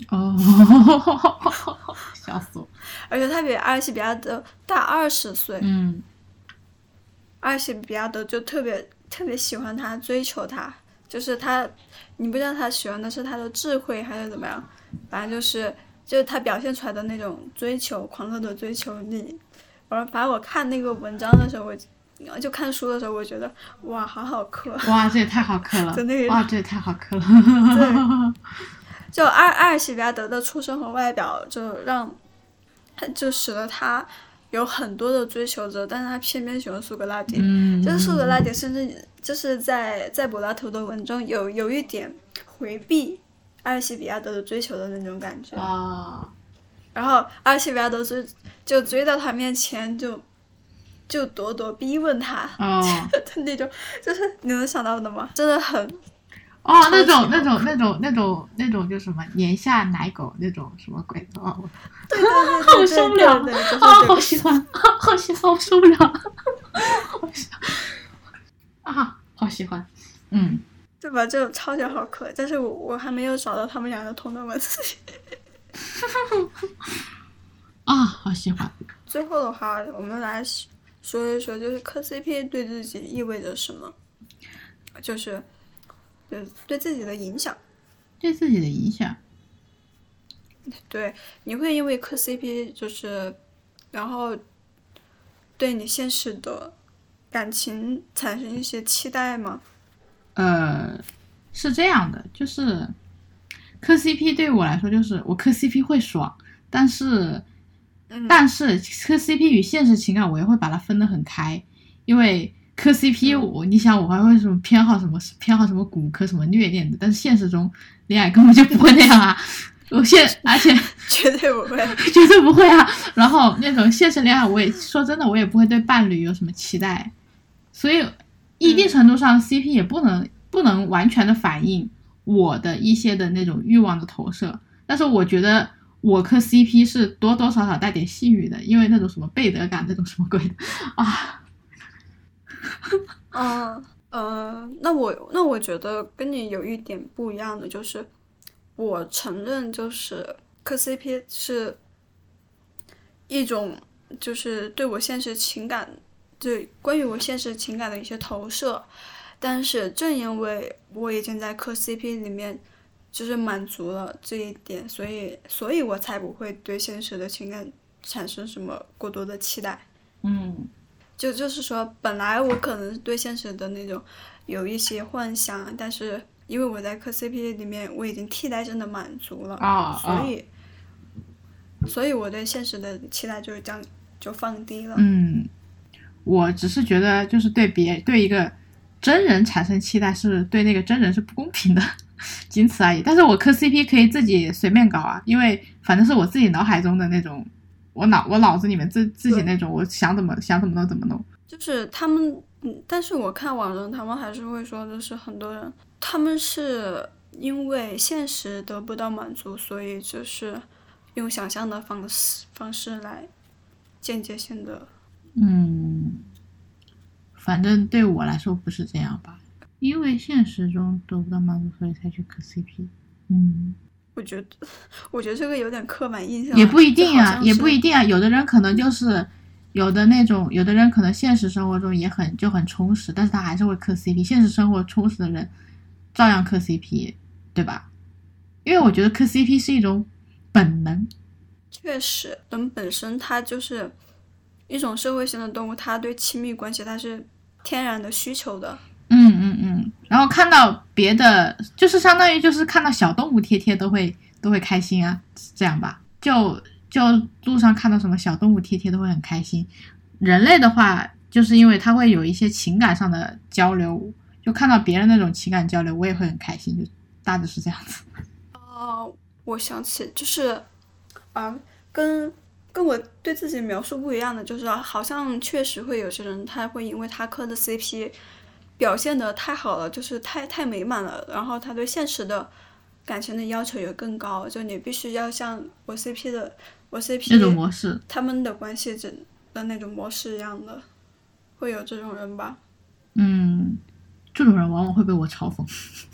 笑死我！ 而且他比阿尔西比亚德大20岁。阿尔西比亚德就特别喜欢他，追求他，就是他，你不知道他喜欢的是他的智慧还是怎么样，反正就是他表现出来的那种追求，狂热的追求力。反正我看那个文章的时候，就看书的时候，我觉得哇，好磕！ 哇，这也太好磕了！哇，这也太好磕了！ 对，就阿尔西比亚德的出身和外表，就使得他有很多的追求者，但是他偏偏喜欢苏格拉底。就是苏格拉底甚至就是在柏拉图的文中有一点回避阿尔西比亚德的追求的那种感觉。然后阿尔西比亚德就追到他面前就咄咄逼问他，那种就是你能想到的吗？真的很那种就什么年下奶狗那种什么鬼的对， 我受不了，好喜欢，好喜欢，我受不了，好喜欢， 对吧？就超级好磕，但是我还没有找到他们俩的同等文字。 好喜欢。 最后的话，我们来说一说，就是磕 CP 对自己意味着什么，就是对自己的影响。 对自己的影响。 对，你会因为磕 CP 就是然后对你现实的感情产生一些期待吗？ 是这样的，就是磕 CP 对于我来说，就是我磕 CP 会爽，但是磕 CP 与现实情感我也会把它分得很开，因为磕 CP 你想我还会什么偏好什么骨科什么虐恋的，但是现实中恋爱根本就不会那样啊，而且绝对不会， 绝对不会啊。然后那种现实恋爱，我也说真的，我也不会对伴侣有什么期待，所以一定程度上 CP 也不能完全的反映我的一些的那种欲望的投射，但是我觉得我磕 CP 是多多少少带点性欲的，因为那种什么背德感这种什么鬼的啊。 那我觉得跟你有一点不一样的就是，我承认就是磕 CP 是一种就是对我现实情感，对关于我现实情感的一些投射，但是正因为我已经在磕 CP 里面就是满足了这一点，所以我才不会对现实的情感产生什么过多的期待。就是说本来我可能对现实的那种有一些幻想，但是因为我在磕 CP 里面我已经替代性的满足了所以我对现实的期待就是这样就放低了。 我只是觉得就是对一个真人产生期待是对那个真人是不公平的，仅此而已。但是我磕 CP 可以自己随便搞啊，因为反正是我自己脑海中的那种，我脑子里面自己那种，我想怎么弄怎么弄。 就是他们，但是我看网上他们还是会说，就是很多人他们是因为现实得不到满足，所以就是用想象的方式来间接性的。 反正对我来说不是这样吧，因为现实中得不到满足，所以才去磕 CP。 我觉得这个有点刻板印象。 也不一定啊，有的人可能就是有的人可能现实生活中就很充实，但是他还是会磕 CP。现实生活充实的人照样磕 CP， 对吧？因为我觉得磕 CP 是一种本能。 确实，人本身它就是一种社会性的动物，它对亲密关系它是天然的需求的。 然后看到别的，就是相当于就是看到小动物贴贴都会开心啊，这样吧。就路上看到什么小动物贴贴都会很开心。人类的话，就是因为他会有一些情感上的交流，就看到别人那种情感交流，我也会很开心，就大致是这样子。 我想起就是跟我对自己描述不一样的，就是好像确实会有些人他会因为他磕的 CP 表现得太好了，就是太美满了，然后他对现实的感情的要求也更高，就你必须要像我 CP 那种模式， 他们的关系的那种模式一样的，会有这种人吧？ 这种人往往会被我嘲讽。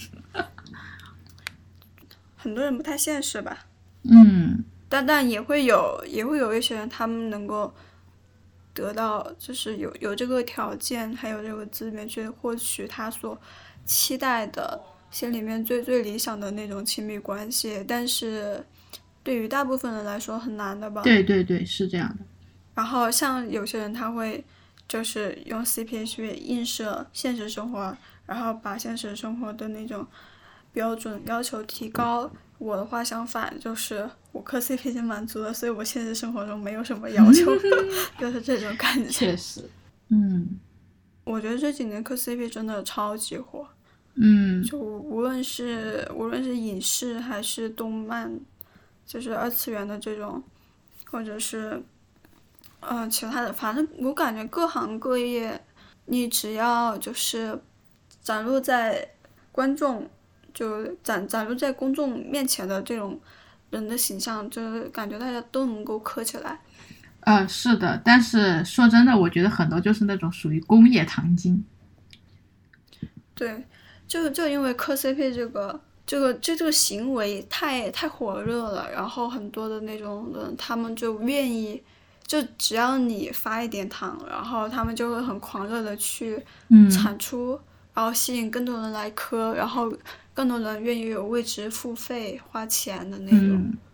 很多人不太现实吧？但也会有一些人，他们能够得到就是有这个条件，还有这个资源去获取他所期待的心里面最理想的那种亲密关系，但是对于大部分人来说很难的吧？ 对，是这样的。 然后像有些人他会就是用 CP 去映射现实生活，然后把现实生活的那种标准要求提高。我的话相反，就是我磕 CP 已经满足了，所以我现实生活中没有什么要求，就是这种感觉。 确实， 我觉得这几年磕 CP 真的超级火。就无论是影视还是动漫，就是二次元的这种，或者是其他的，反正我感觉各行各业，你只要就是展露在观众，就展露在公众面前的这种人的形象，就是感觉大家都能够磕起来。 是的，但是说真的，我觉得很多就是那种属于工业糖精。 对，就因为磕 CP 这个行为太火热了，然后很多的那种人，他们就愿意，就只要你发一点糖，然后他们就会很狂热的去产出，然后吸引更多人来磕，然后更多人愿意为之付费花钱的那种。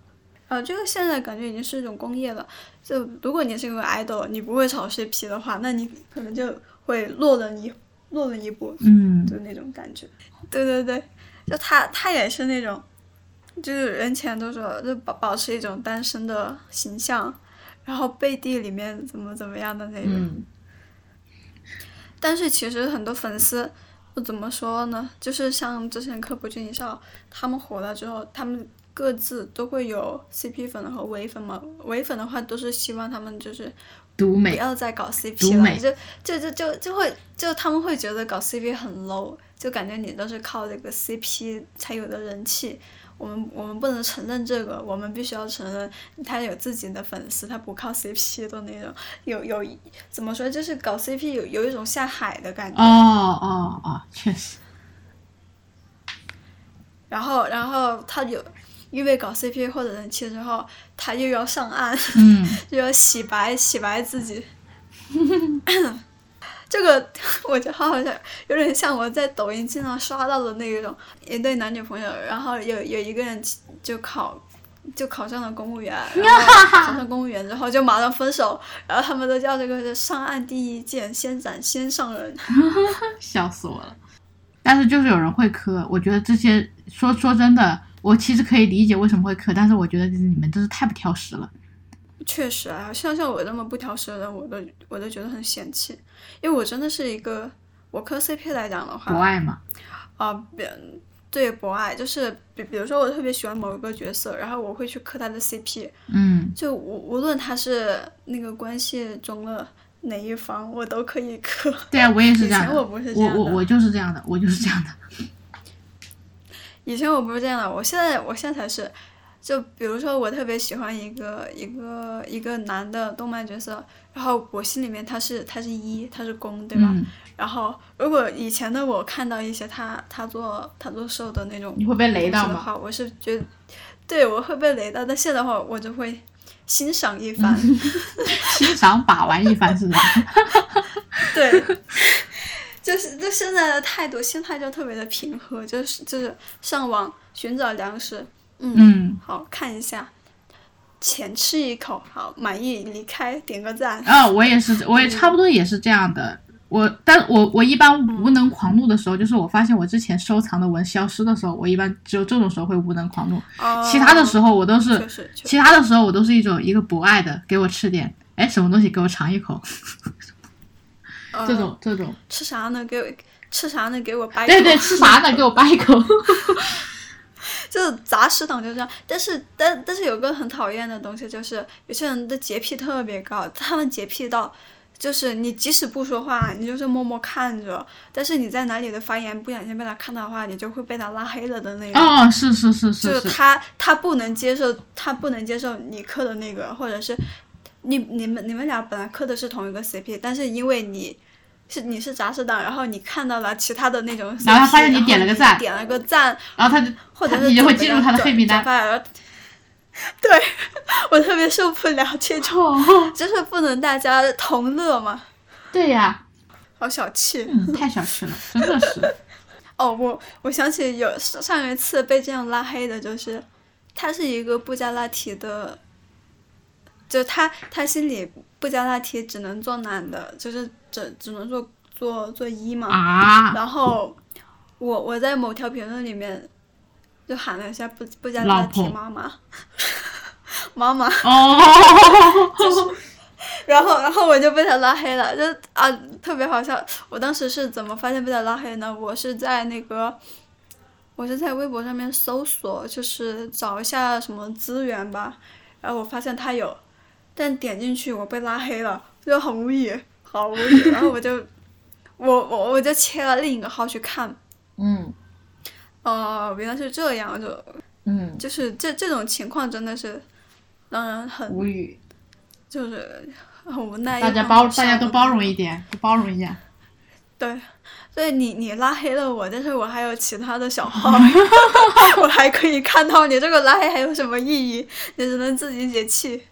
这个现在感觉已经是一种工业了。就如果你是一个 idol， 你不会炒 CP 的话，那你可能就会落人一步，就那种感觉。对对对，就他也是那种，就是人前都说就保持一种单身的形象，然后背地里面怎么样的那种。但是其实很多粉丝怎么说呢？就是像之前科普君一少他们火了之后，他们各自都会有 CP 粉和唯粉嘛。唯粉的话都是希望他们就是不要再搞 CP 了，就他们会觉得搞 CP 很 low， 就感觉你都是靠这个 CP 才有的人气。我们不能承认这个，我们必须要承认他有自己的粉丝，他不靠 CP 的那种。有怎么说，就是搞 CP 有一种下海的感觉。 确实。 然后他因为搞 CP 获得人气之后，他又要上岸，又要洗白自己。这个我觉得好像有点像我在抖音经常刷到的那种一对男女朋友，然后有一个人就考上了公务员，然后考上公务员之后就马上分手，然后他们都叫这个上岸第一剑，先斩先上人。 笑死我了。但是就是有人会磕，我觉得这些说真的，我其实可以理解为什么会磕，但是我觉得你们真是太不挑食了。 确实啊，像我这么不挑食的人，我都觉得很嫌弃，因为我真的是一个，我磕 CP 来讲的话， 博爱嘛。 对，博爱，就是比如说我特别喜欢某一个角色，然后我会去磕他的 CP，就无论他是那个关系中的哪一方，我都可以磕。 对啊，我也是这样的。 以前我不是这样的。 我就是这样的，我就是这样的。 以前我不是这样的，我现在才是。就比如说我特别喜欢一个男的动漫角色，然后我心里面他是他是攻，对吧？然后如果以前的我看到一些他做受的那种， 你会被雷到吗？ 我是觉得，对，我会被雷到，但现在的话我就会欣赏一番， 欣赏把玩一番是吧？对， 就是现在的态度心态就特别的平和，就是上网寻找粮食。好看一下，钱吃一口，好满意离开，点个赞。 我也是，我也差不多也是这样的。但我一般无能狂怒的时候，就是我发现我之前收藏的文消失的时候，我一般只有这种时候会无能狂怒。其他的时候我都是，其他的时候我都是一个博爱的，给我吃点，什么东西给我尝一口。这种吃啥呢？给我掰一口。 对，吃啥呢？给我掰一口。 就杂食党就这样，但是有个很讨厌的东西，就是有些人的洁癖特别高，他们洁癖到就是你即使不说话，你就是默默看着，但是你在哪里的发言不小心被他看到的话，你就会被他拉黑了的那种。 是， 就是他不能接受你磕的那个，或者是你们俩本来磕的是同一个 CP， 但是因为你是杂食党，然后你看到了其他的那种 CP， 然后他发现你点了个赞，然后或者是你就会进入他的黑名单。 对，我特别受不了这种，就是不能大家同乐嘛。 对呀， 好小气。 太小气了，真的是。 我想起有上一次被这样拉黑的，就是他是一个布加拉提的，就他心里布加拉提只能做男的，就是只能做一嘛。然后我在某条评论里面就喊了一下布加拉提妈妈。就是然后我就被他拉黑了，就特别好笑。我当时是怎么发现被他拉黑呢？我是在微博上面搜索，就是找一下什么资源吧，然后我发现他有，但点进去我被拉黑了，就很无语。然后我就切了另一个号去看。原来是这样，就是这种情况真的是让人很无语， 就是很无奈。 大家都包容一点，包容一下。 对，所以你拉黑了我，但是我还有其他的小号，我还可以看到你这个拉黑还有什么意义？你只能自己解气。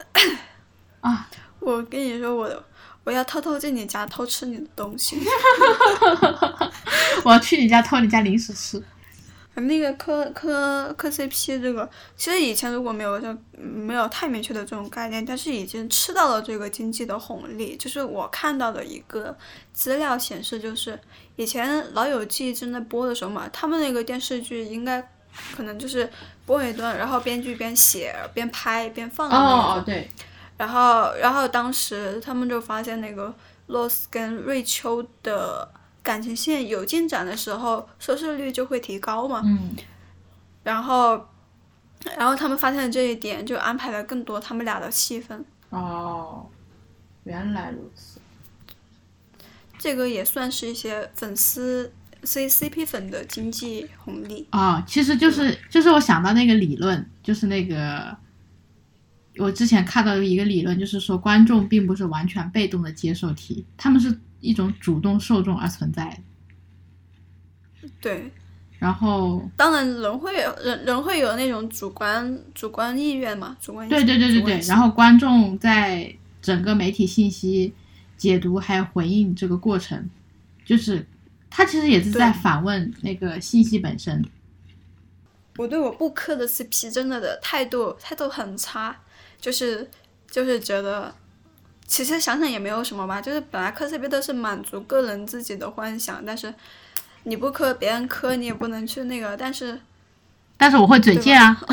我跟你说，我要偷偷进你家偷吃你的东西。 我要去你家偷你家零食吃。 那个磕 CP 这个，其实以前如果没有太明确的这种概念，但是已经吃到了这个经济的红利。就是我看到的一个资料显示，就是以前《老友记》正在播的时候嘛，他们那个电视剧应该可能就是播一段，然后编剧边写边拍边放的那种。 对。 然后当时他们就发现那个罗斯跟瑞秋的感情线有进展的时候，收视率就会提高嘛。然后他们发现了这一点，就安排了更多他们俩的戏份。 原来如此。 这个也算是一些粉丝 CP 粉的经济红利。 其实就是我想到那个理论，就是那个我之前看到一个理论，就是说观众并不是完全被动的接受体，他们是一种主动受众而存在的。 对。 然后当然人会有那种主观意愿嘛，主观意识。对。然后观众在整个媒体信息解读还有回应这个过程，就是他其实也是在反问那个信息本身。 我对我不磕的 CP 真的态度很差，就是觉得其实想想也没有什么吧，就是本来磕 CP 都是满足个人自己的幻想，但是你不磕别人磕你也不能去那个，但是我会嘴贱啊，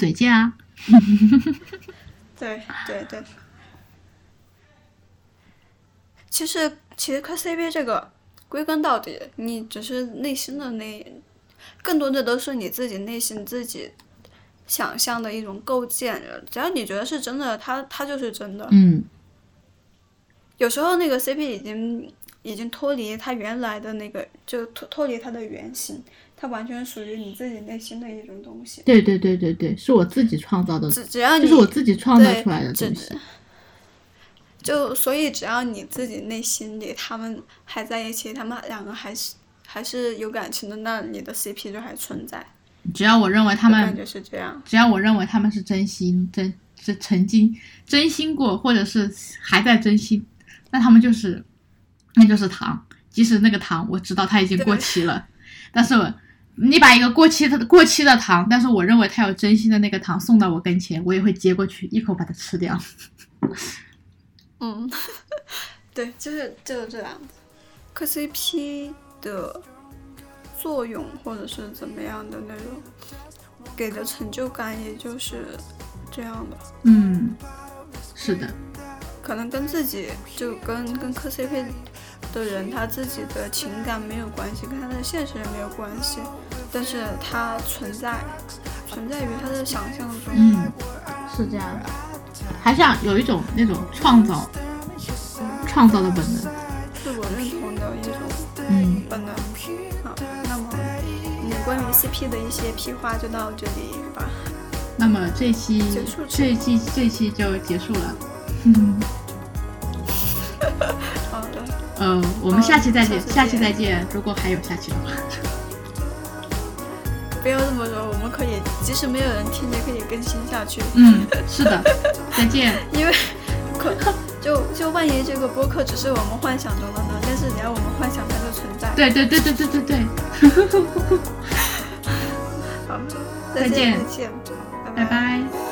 对。其实磕 CP 这个归根到底，你只是内心的更多的都是你自己内心自己想象的一种构建，只要你觉得是真的，它就是真的。有时候那个 CP 已经脱离它原来的那个，就脱离它的原型，它完全属于你自己内心的一种东西。 对，是我自己创造的， 只要就是我自己创造出来的东西。 所以只要你自己内心里他们还在一起，他们两个还是有感情的，那你的 CP 就还存在。 只要我认为他们感觉是这样， 只要我认为他们是真心曾经真心过，或者是还在真心，那他们那就是糖。即使那个糖我知道它已经过期了，但是你把一个过期的糖，但是我认为它有真心的那个糖送到我跟前，我也会接过去一口把它吃掉。 对，就是这样子。磕 CP 的作用或者是怎么样的那种给的成就感，也就是这样的。 是的。 可能跟自己就跟磕 CP 的人他自己的情感没有关系，跟他的现实也没有关系，但是他存在于他的想象中。 是这样的。还想有一种那种创造的本能， 自我认同的一种本能。好，那么关于 CP 的一些屁话就到这里吧。 那么这期就结束了。 好的。 我们下期再见，如果还有下期的话。 不要这么说，我们可以即使没有人听也可以更新下去。 是的。再见。因为就万一这个播客只是我们幻想中的呢？但是只要我们幻想它就存在。 对。 好， 再见， 拜拜。